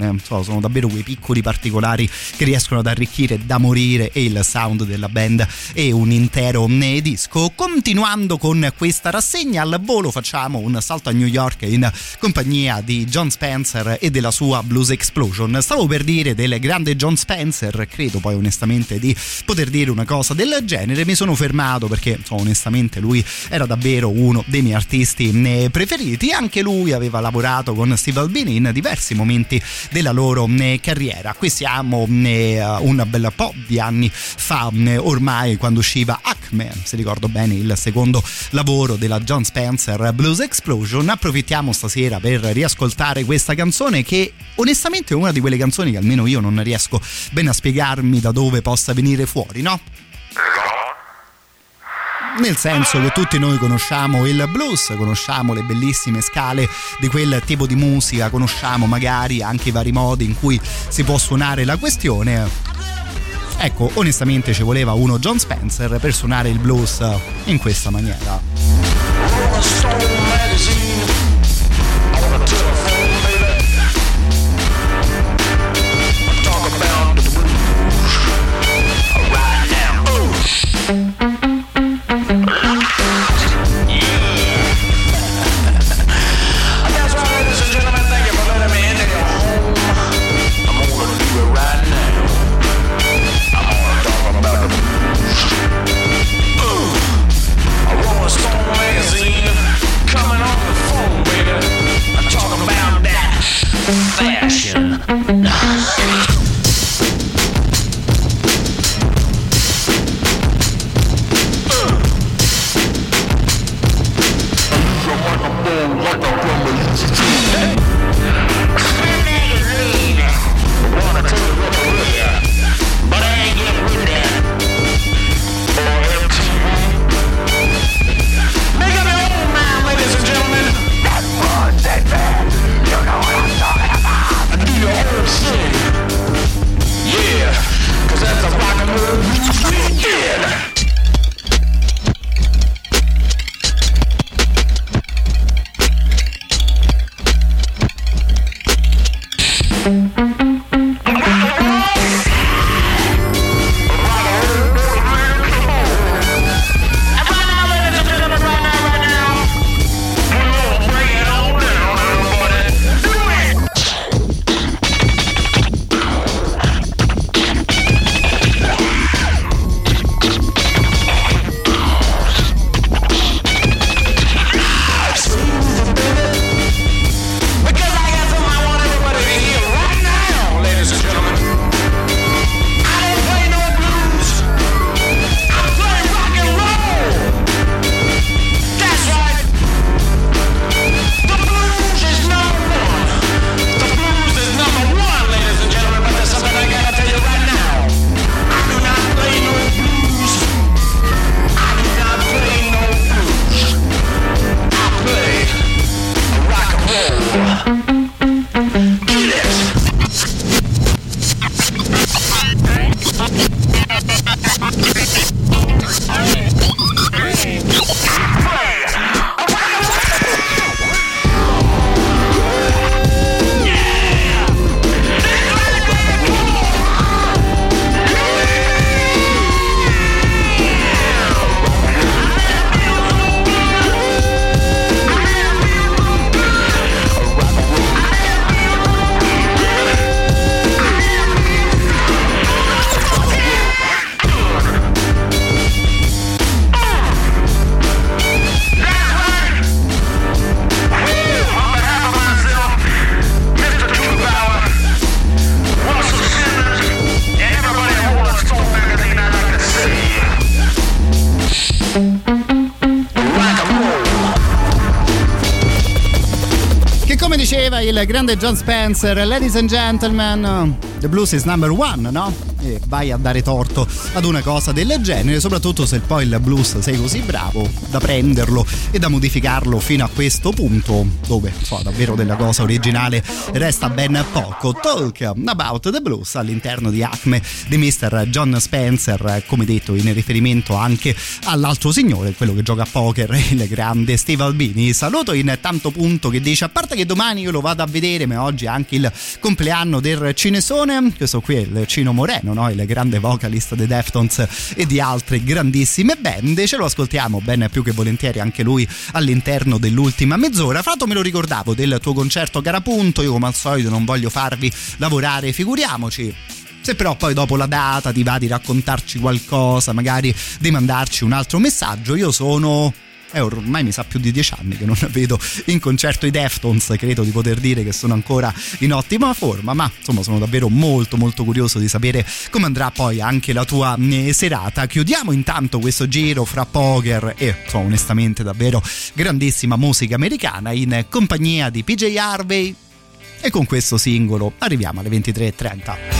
canzone, sono davvero quei piccoli particolari che riescono ad arricchire da morire e il sound della band e un intero disco. Continuando con questa rassegna, al volo facciamo un salto a New York in compagnia di Jon Spencer e della sua Blues Explosion. Stavo per dire del grande Jon Spencer, credo poi onestamente di poter dire una cosa del genere, mi sono fermato perché onestamente lui era davvero uno dei miei artisti preferiti. Anche lui aveva lavorato con Steve Albini in diversi momenti della loro carriera. Qui siamo un bel po' di anni fa ormai, quando usciva Acme, se ricordo bene, il secondo lavoro della Jon Spencer, Blues Explosion. Approfittiamo stasera per riascoltare questa canzone, che onestamente è una di quelle canzoni che almeno io non riesco bene a spiegarmi da dove possa venire fuori, no? Nel senso che tutti noi conosciamo il blues, conosciamo le bellissime scale di quel tipo di musica, conosciamo magari anche i vari modi in cui si può suonare la questione. Ecco, onestamente ci voleva uno Jon Spencer per suonare il blues in questa maniera. Fashion. Il grande Jon Spencer, ladies and gentlemen, the blues is number one, no? e vai a dare torto ad una cosa del genere, soprattutto se poi il blues sei così bravo da prenderlo e da modificarlo fino a questo punto dove davvero della cosa originale resta ben poco. Talk About the Blues all'interno di Acme di Mr. John Spencer, come detto in riferimento anche all'altro signore, quello che gioca a poker, il grande Steve Albini. Saluto in tanto punto che dice: a parte che domani io lo vado a vedere, ma oggi è anche il compleanno del Cinesone. Questo qui è il Cino Moreno, no? Il grande vocalist dei Deftones e di altre grandissime band. Ce lo ascoltiamo ben più che volentieri anche lui all'interno dell'ultima mezz'ora. Fra l'altro me lo ricordavo del tuo concerto a Garapunto, io come al solito non voglio farvi lavorare, figuriamoci. Se però poi dopo la data ti va di raccontarci qualcosa, magari di mandarci un altro messaggio, io sono... ormai mi sa più di 10 anni che non vedo in concerto i Deftones, credo di poter dire che sono ancora in ottima forma, ma insomma sono davvero molto molto curioso di sapere come andrà poi anche la tua serata. Chiudiamo intanto questo giro fra poker e onestamente davvero grandissima musica americana in compagnia di PJ Harvey, e con questo singolo arriviamo alle 23:30.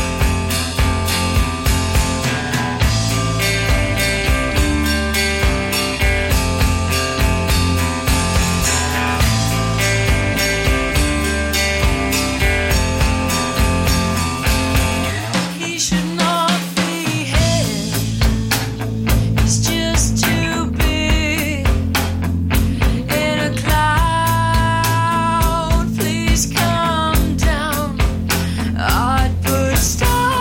Stop.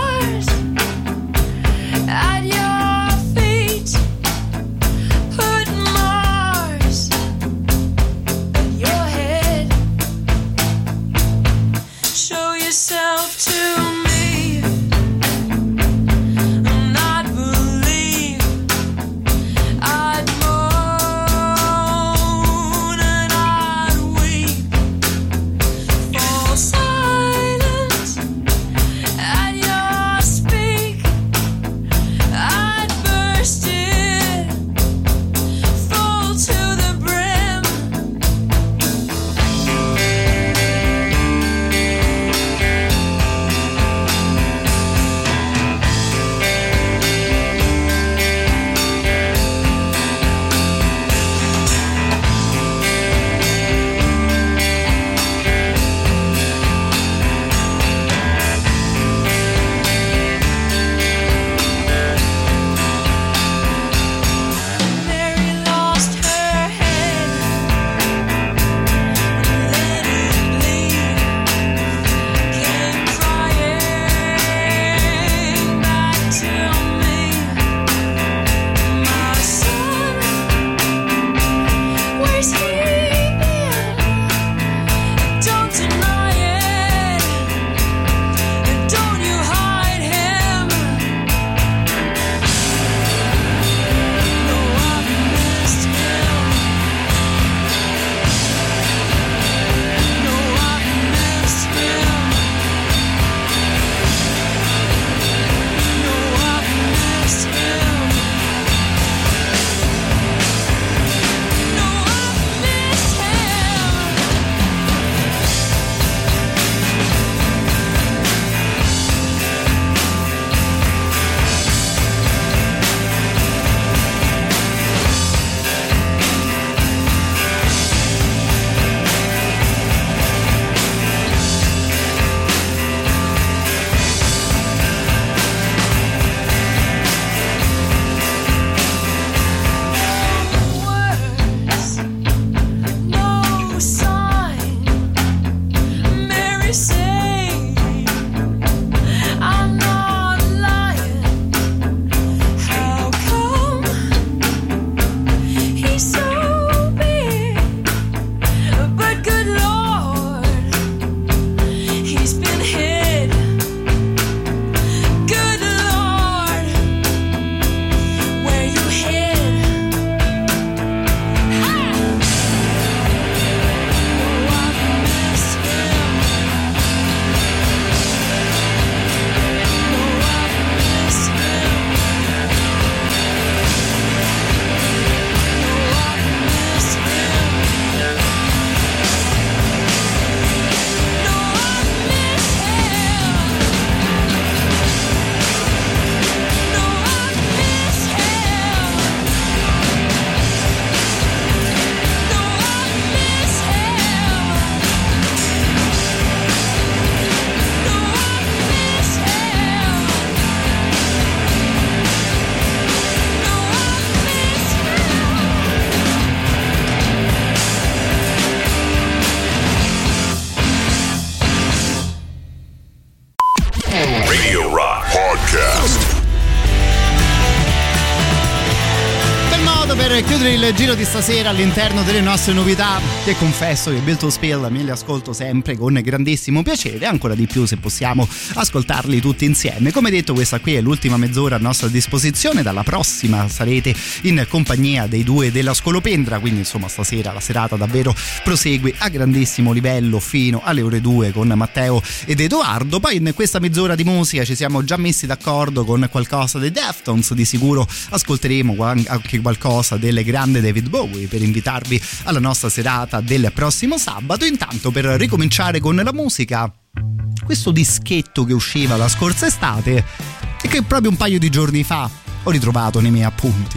per chiudere il giro di stasera all'interno delle nostre novità, che confesso che Built to Spill me li ascolto sempre con grandissimo piacere, ancora di più se possiamo ascoltarli tutti insieme. Come detto, questa qui è l'ultima mezz'ora a nostra disposizione, dalla prossima sarete in compagnia dei due della Scolopendra, quindi insomma stasera la serata davvero prosegue a grandissimo livello fino alle ore 2 con Matteo ed Edoardo. Poi in questa mezz'ora di musica ci siamo già messi d'accordo con qualcosa dei Deftones, di sicuro ascolteremo anche qualcosa del grande David Bowie per invitarvi alla nostra serata del prossimo sabato. Intanto, per ricominciare con la musica, questo dischetto che usciva la scorsa estate e che proprio un paio di giorni fa ho ritrovato nei miei appunti.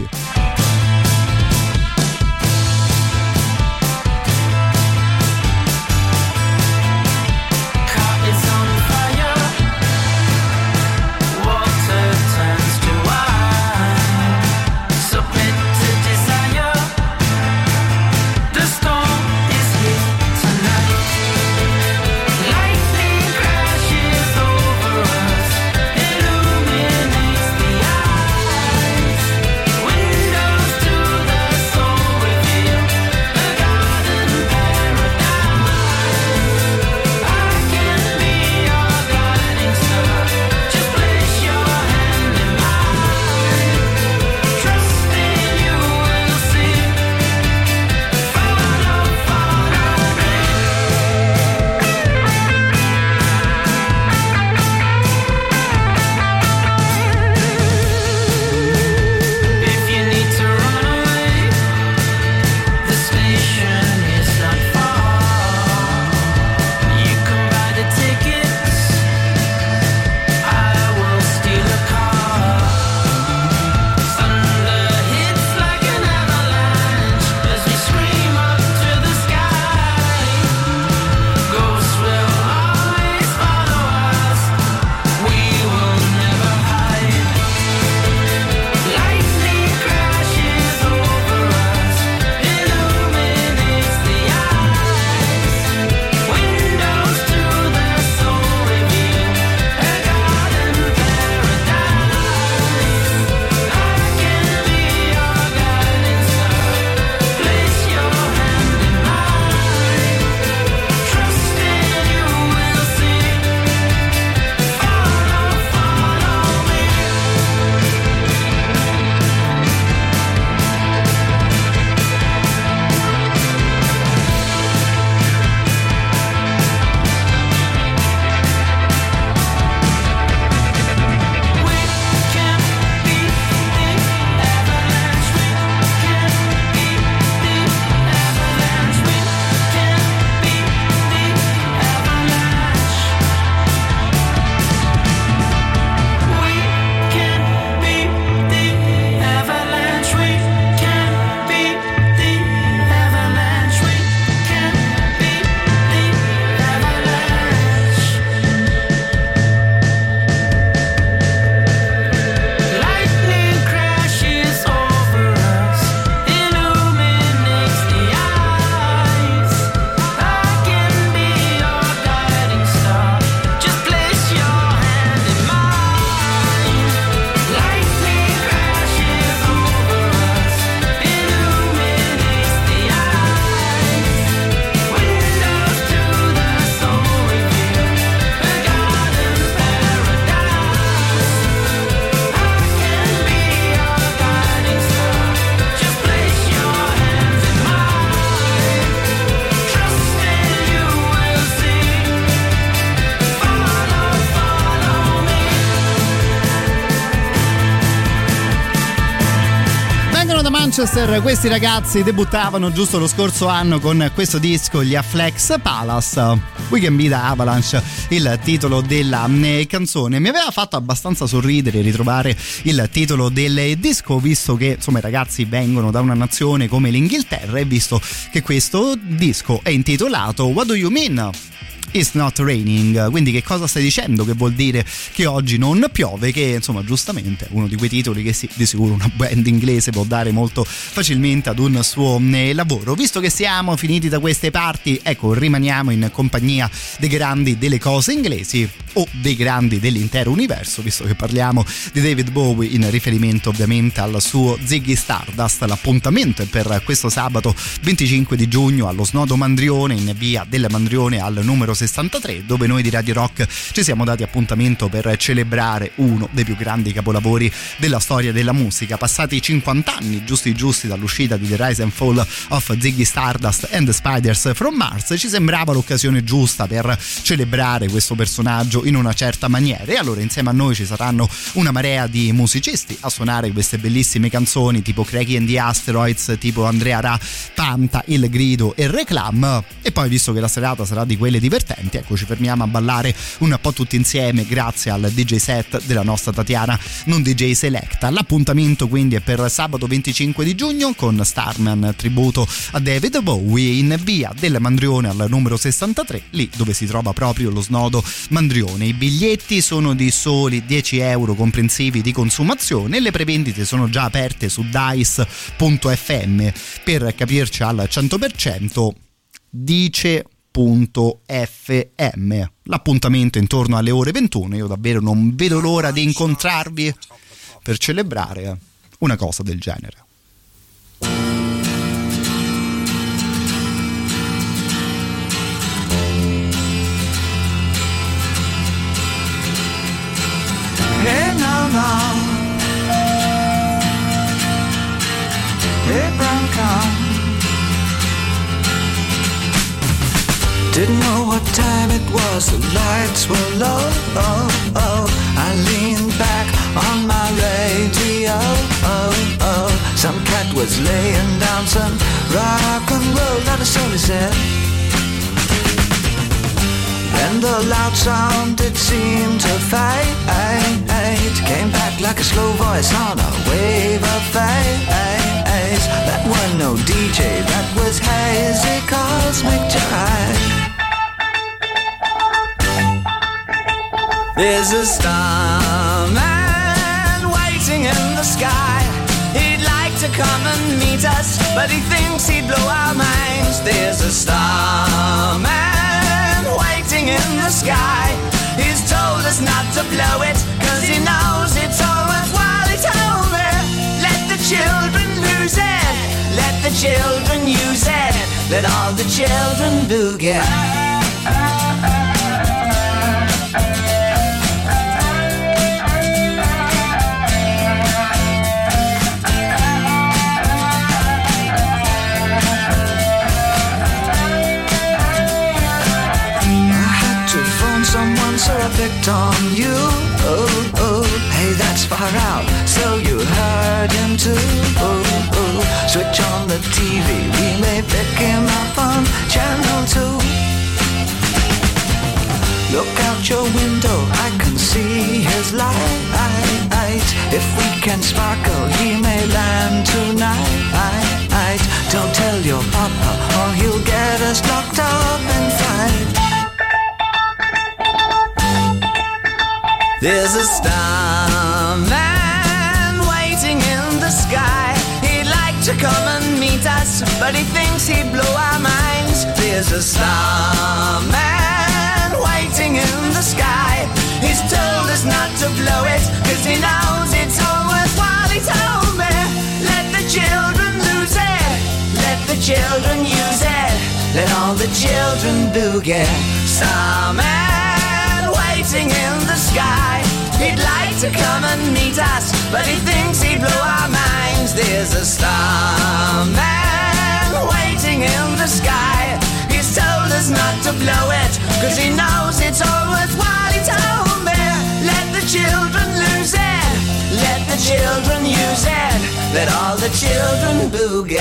Questi ragazzi debuttavano giusto lo scorso anno con questo disco, gli Afflex Palace. We Can Be the Avalanche, il titolo della canzone. Mi aveva fatto abbastanza sorridere ritrovare il titolo del disco, visto che insomma i ragazzi vengono da una nazione come l'Inghilterra e visto che questo disco è intitolato What Do You Mean? It's Not Raining. Quindi che cosa stai dicendo? Che vuol dire che oggi non piove, che insomma giustamente è uno di quei titoli che di sicuro una band inglese può dare molto facilmente ad un suo lavoro. Visto che siamo finiti da queste parti, ecco, rimaniamo in compagnia dei grandi delle cose inglesi o dei grandi dell'intero universo, visto che parliamo di David Bowie in riferimento ovviamente al suo Ziggy Stardust. L'appuntamento è per questo sabato 25 di giugno allo Snodo Mandrione, in via del Mandrione al numero 63, dove noi di Radio Rock ci siamo dati appuntamento per celebrare uno dei più grandi capolavori della storia della musica. Passati 50 anni giusti dall'uscita di The Rise and Fall of Ziggy Stardust and the Spiders from Mars, ci sembrava l'occasione giusta per celebrare questo personaggio in una certa maniera, e allora insieme a noi ci saranno una marea di musicisti a suonare queste bellissime canzoni tipo Craigie and the Asteroids, tipo Andrea Ra, Panta, Il Grido e Reclam. E poi, visto che la serata sarà di quelle divertenti, ecco, ci fermiamo a ballare un po' tutti insieme grazie al DJ set della nostra Tatiana, non DJ Selecta. L'appuntamento quindi è per sabato 25 di giugno con Starman tributo a David Bowie in via del Mandrione al numero 63, lì dove si trova proprio lo Snodo Mandrione. I biglietti sono di soli 10 euro comprensivi di consumazione e le prevendite sono già aperte su dice.fm. Per capirci al 100%, dice.fm. L'appuntamento è intorno alle ore 21. Io davvero non vedo l'ora di incontrarvi per celebrare una cosa del genere. Hey, no, no. Hey, brown cow. Didn't know what time it was, the lights were low. Oh, oh. I leaned back on my radio. Oh, oh. Some cat was laying down some rock and roll, not a soul he said. And the loud sound, it seemed to fade. Came back like a slow voice on a wave of fate. That was no DJ, that was hazy cosmic jive. There's a starman waiting in the sky. He'd like to come and meet us, but he thinks he'd blow our minds. There's a starman waiting in the sky. He's told us not to blow it, cause he knows it's all worthwhile. He told me, let the children lose it, let the children use it, let all the children boogie. So I picked on you, oh, oh. Hey, that's far out, so you heard him too, oh, oh. Switch on the TV, we may pick him up on channel 2. Look out your window, I can see his light. If we can sparkle, he may land tonight. Don't tell your papa, or he'll get us locked up and fight. There's a starman waiting in the sky. He'd like to come and meet us, but he thinks he'd blow our minds. There's a starman waiting in the sky. He's told us not to blow it, cause he knows it's all worthwhile. He told me, let the children lose it, let the children use it, let all the children boogie. Starman waiting in the sky. He'd like to come and meet us, but he thinks he'd blow our minds. There's a starman waiting in the sky. He's told us not to blow it, cause he knows it's all worthwhile. He told me, let the children lose it, let the children use it, let all the children boogie.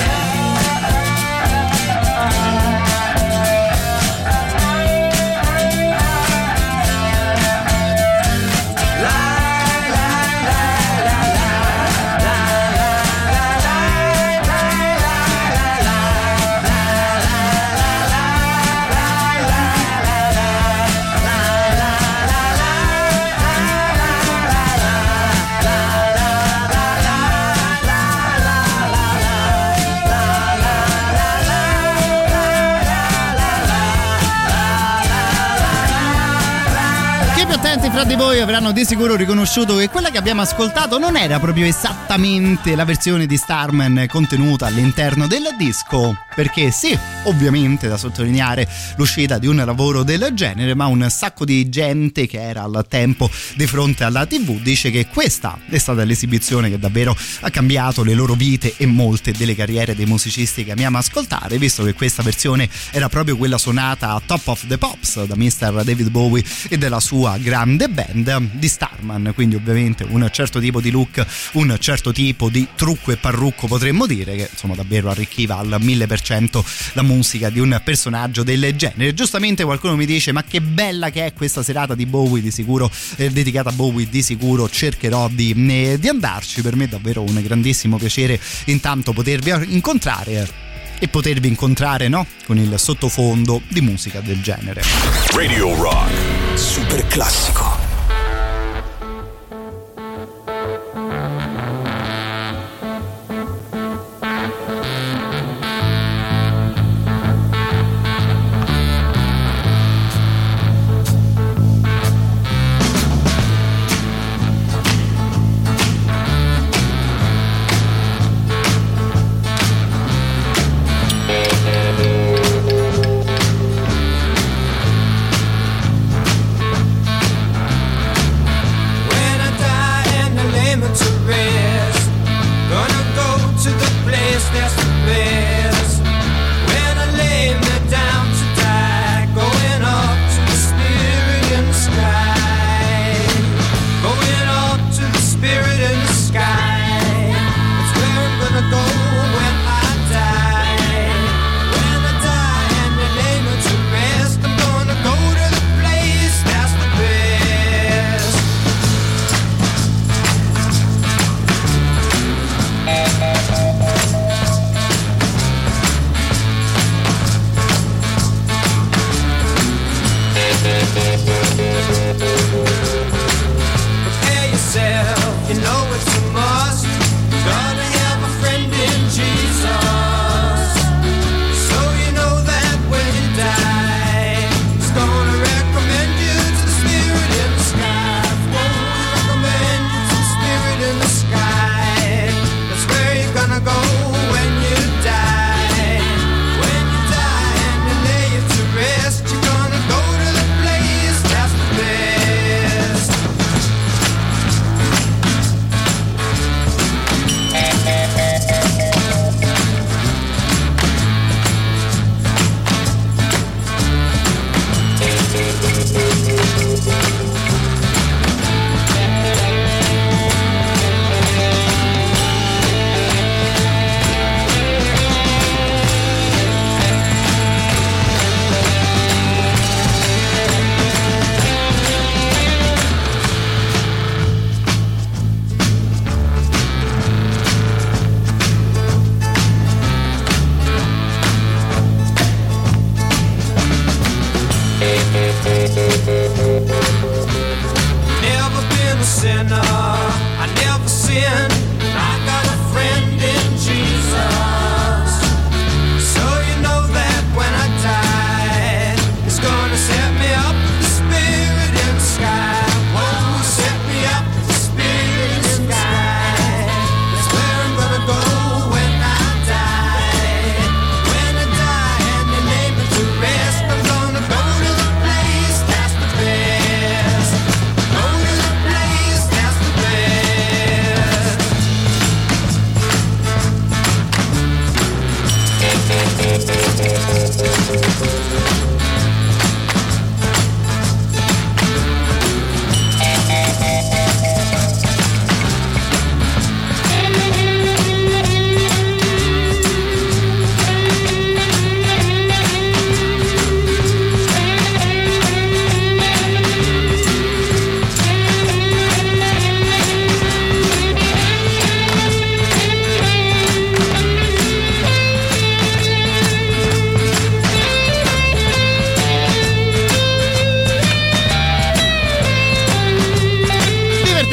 Tanti fra di voi avranno di sicuro riconosciuto che quella che abbiamo ascoltato non era proprio esattamente la versione di Starman contenuta all'interno del disco, perché sì, ovviamente da sottolineare l'uscita di un lavoro del genere, ma un sacco di gente che era al tempo di fronte alla TV dice che questa è stata l'esibizione che davvero ha cambiato le loro vite e molte delle carriere dei musicisti che amiamo ascoltare, visto che questa versione era proprio quella suonata a Top of the Pops da Mr. David Bowie e della sua grande band di Starman, quindi ovviamente un certo tipo di look, un certo tipo di trucco e parrucco potremmo dire, che insomma davvero arricchiva al 1000% la musica di un personaggio del genere. Giustamente qualcuno mi dice: ma che bella che è questa serata di Bowie, di sicuro dedicata a Bowie, di sicuro cercherò di andarci. Per me è davvero un grandissimo piacere intanto potervi incontrare e potervi incontrare, no? Con il sottofondo di musica del genere. Radio Rock. Super classico.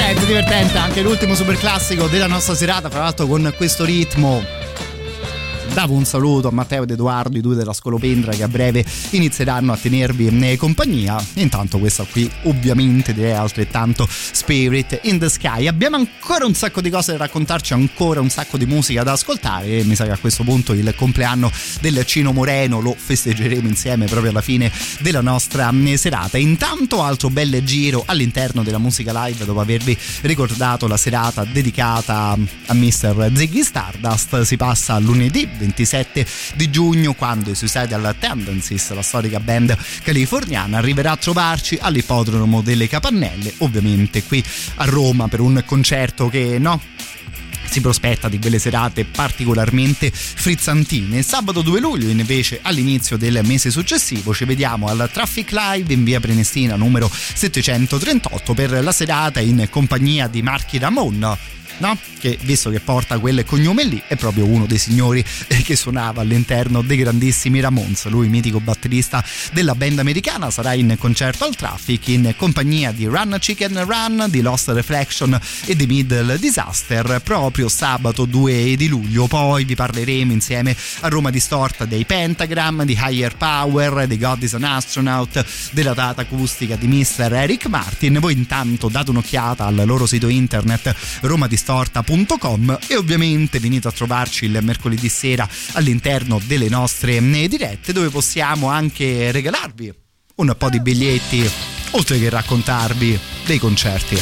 Anche l'ultimo super classico della nostra serata, fra l'altro con questo ritmo Davo un saluto a Matteo ed Edoardo, i due della Scolopendra, che a breve inizieranno a tenervi compagnia. Intanto questa qui ovviamente direi altrettanto, Spirit in the Sky. Abbiamo ancora un sacco di cose da raccontarci, ancora un sacco di musica da ascoltare, e mi sa che a questo punto il compleanno del Cino Moreno lo festeggeremo insieme proprio alla fine della nostra serata. Intanto altro bel giro all'interno della musica live, dopo avervi ricordato la serata dedicata a Mr. Ziggy Stardust. Si passa a lunedì 27 di giugno, quando i Suicidal Tendencies, la storica band californiana, arriverà a trovarci all'ippodromo delle Capannelle, ovviamente qui a Roma, per un concerto che si prospetta di quelle serate particolarmente frizzantine. Sabato 2 luglio invece, all'inizio del mese successivo, ci vediamo al Traffic Live in via Prenestina numero 738 per la serata in compagnia di Marky Ramon, che visto che porta quel cognome lì è proprio uno dei signori che suonava all'interno dei grandissimi Ramones. Lui, mitico batterista della band americana, sarà in concerto al Traffic in compagnia di Run Chicken Run, di Lost Reflection e di Middle Disaster, proprio sabato 2 di luglio. Poi vi parleremo insieme a Roma Distorta dei Pentagram, di Higher Power, di God is an Astronaut, della data acustica di Mr. Eric Martin. Voi intanto date un'occhiata al loro sito internet romadistorta.com, e ovviamente venite a trovarci il mercoledì sera all'interno delle nostre dirette, dove possiamo anche regalarvi un po' di biglietti, oltre che raccontarvi dei concerti.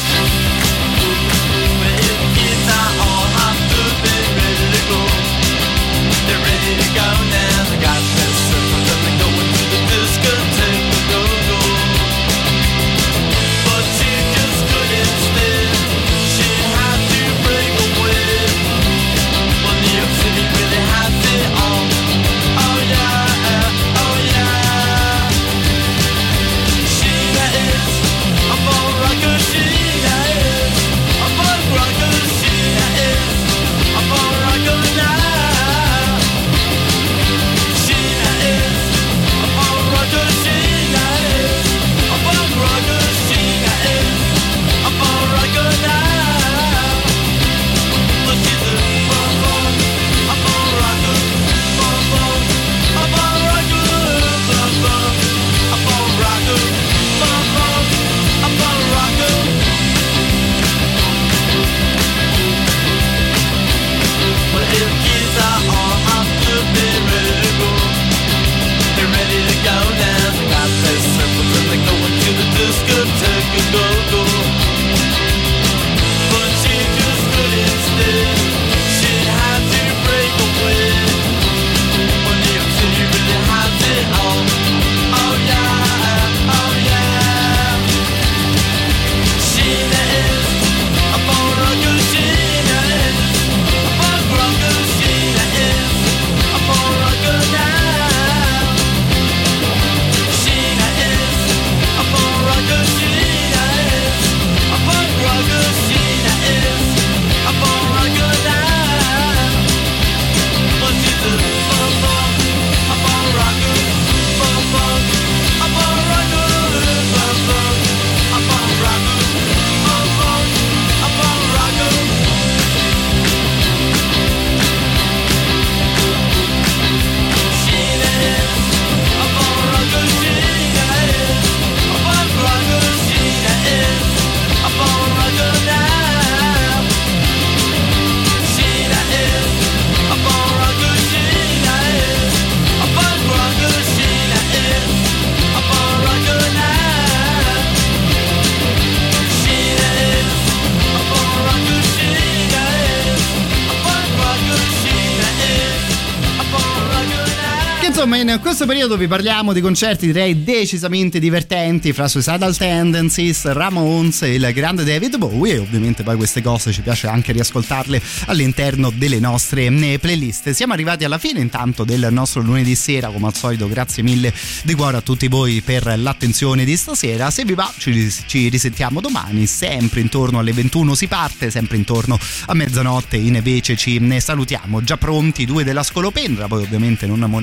In questo periodo vi parliamo di concerti direi decisamente divertenti fra Suicidal Tendencies, Ramones e il grande David Bowie, e ovviamente poi queste cose ci piace anche riascoltarle all'interno delle nostre playlist. Siamo arrivati alla fine intanto del nostro lunedì sera, come al solito grazie mille di cuore a tutti voi per l'attenzione di stasera. Se vi va ci risentiamo domani, sempre intorno alle 21 si parte, sempre intorno a mezzanotte invece ci salutiamo, già pronti i due della Scolopendra. Poi ovviamente non mollate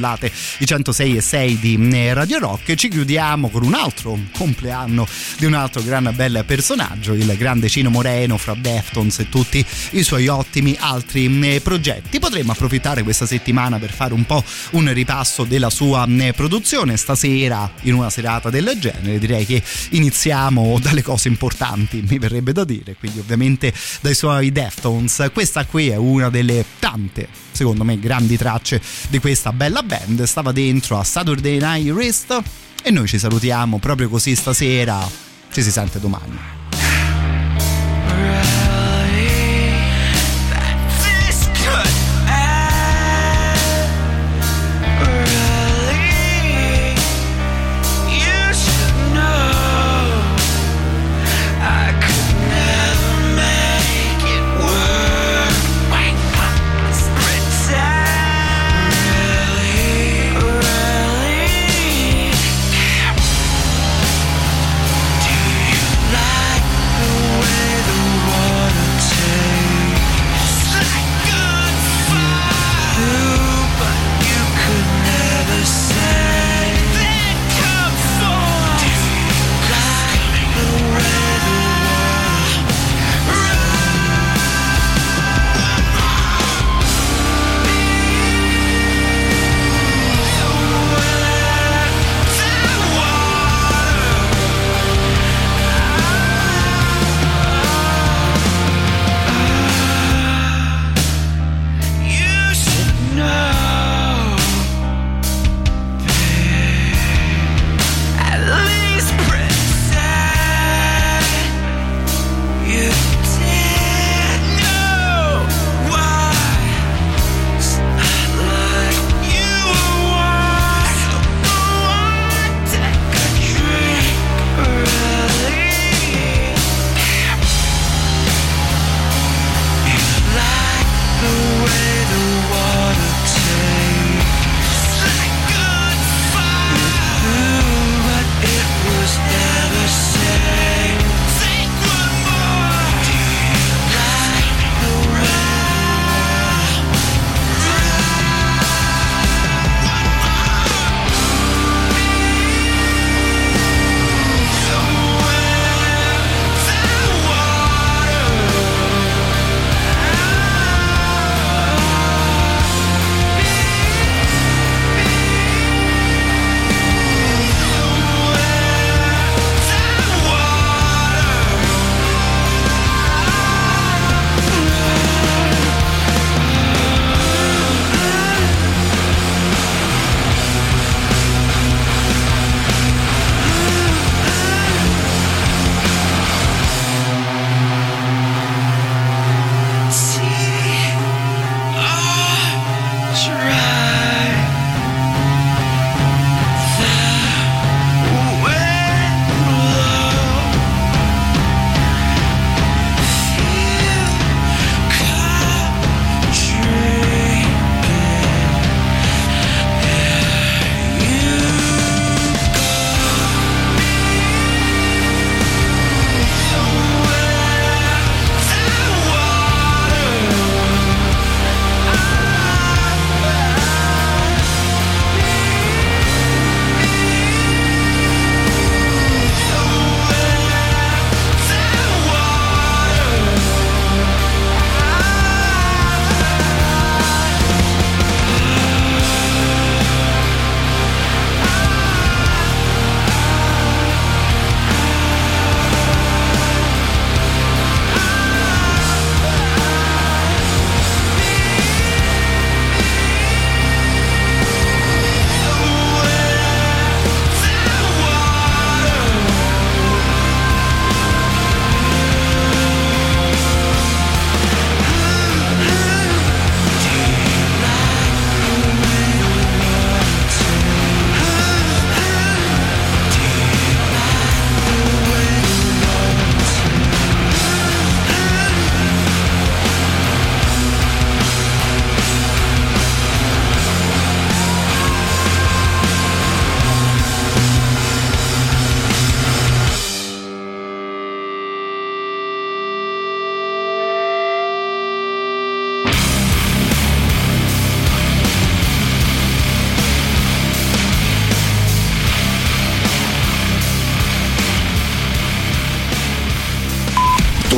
i 106.6 di Radio Rock. Ci chiudiamo con un altro compleanno di un altro gran bel personaggio, il grande Cino Moreno, fra Deftones e tutti i suoi ottimi altri progetti. Potremmo approfittare questa settimana per fare un po' un ripasso della sua produzione. Stasera, in una serata del genere, direi che iniziamo dalle cose importanti, mi verrebbe da dire, quindi ovviamente dai suoi Deftones. Questa qui è una delle tante, secondo me, grandi tracce di questa bella band. Stava dentro a Saturday Night Wrist e noi ci salutiamo proprio così stasera. Ci si sente domani. Like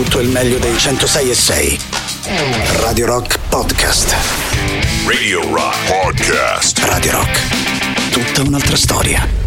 tutto il meglio dei 106.6. Radio Rock Podcast. Radio Rock Podcast. Radio Rock. Tutta un'altra storia.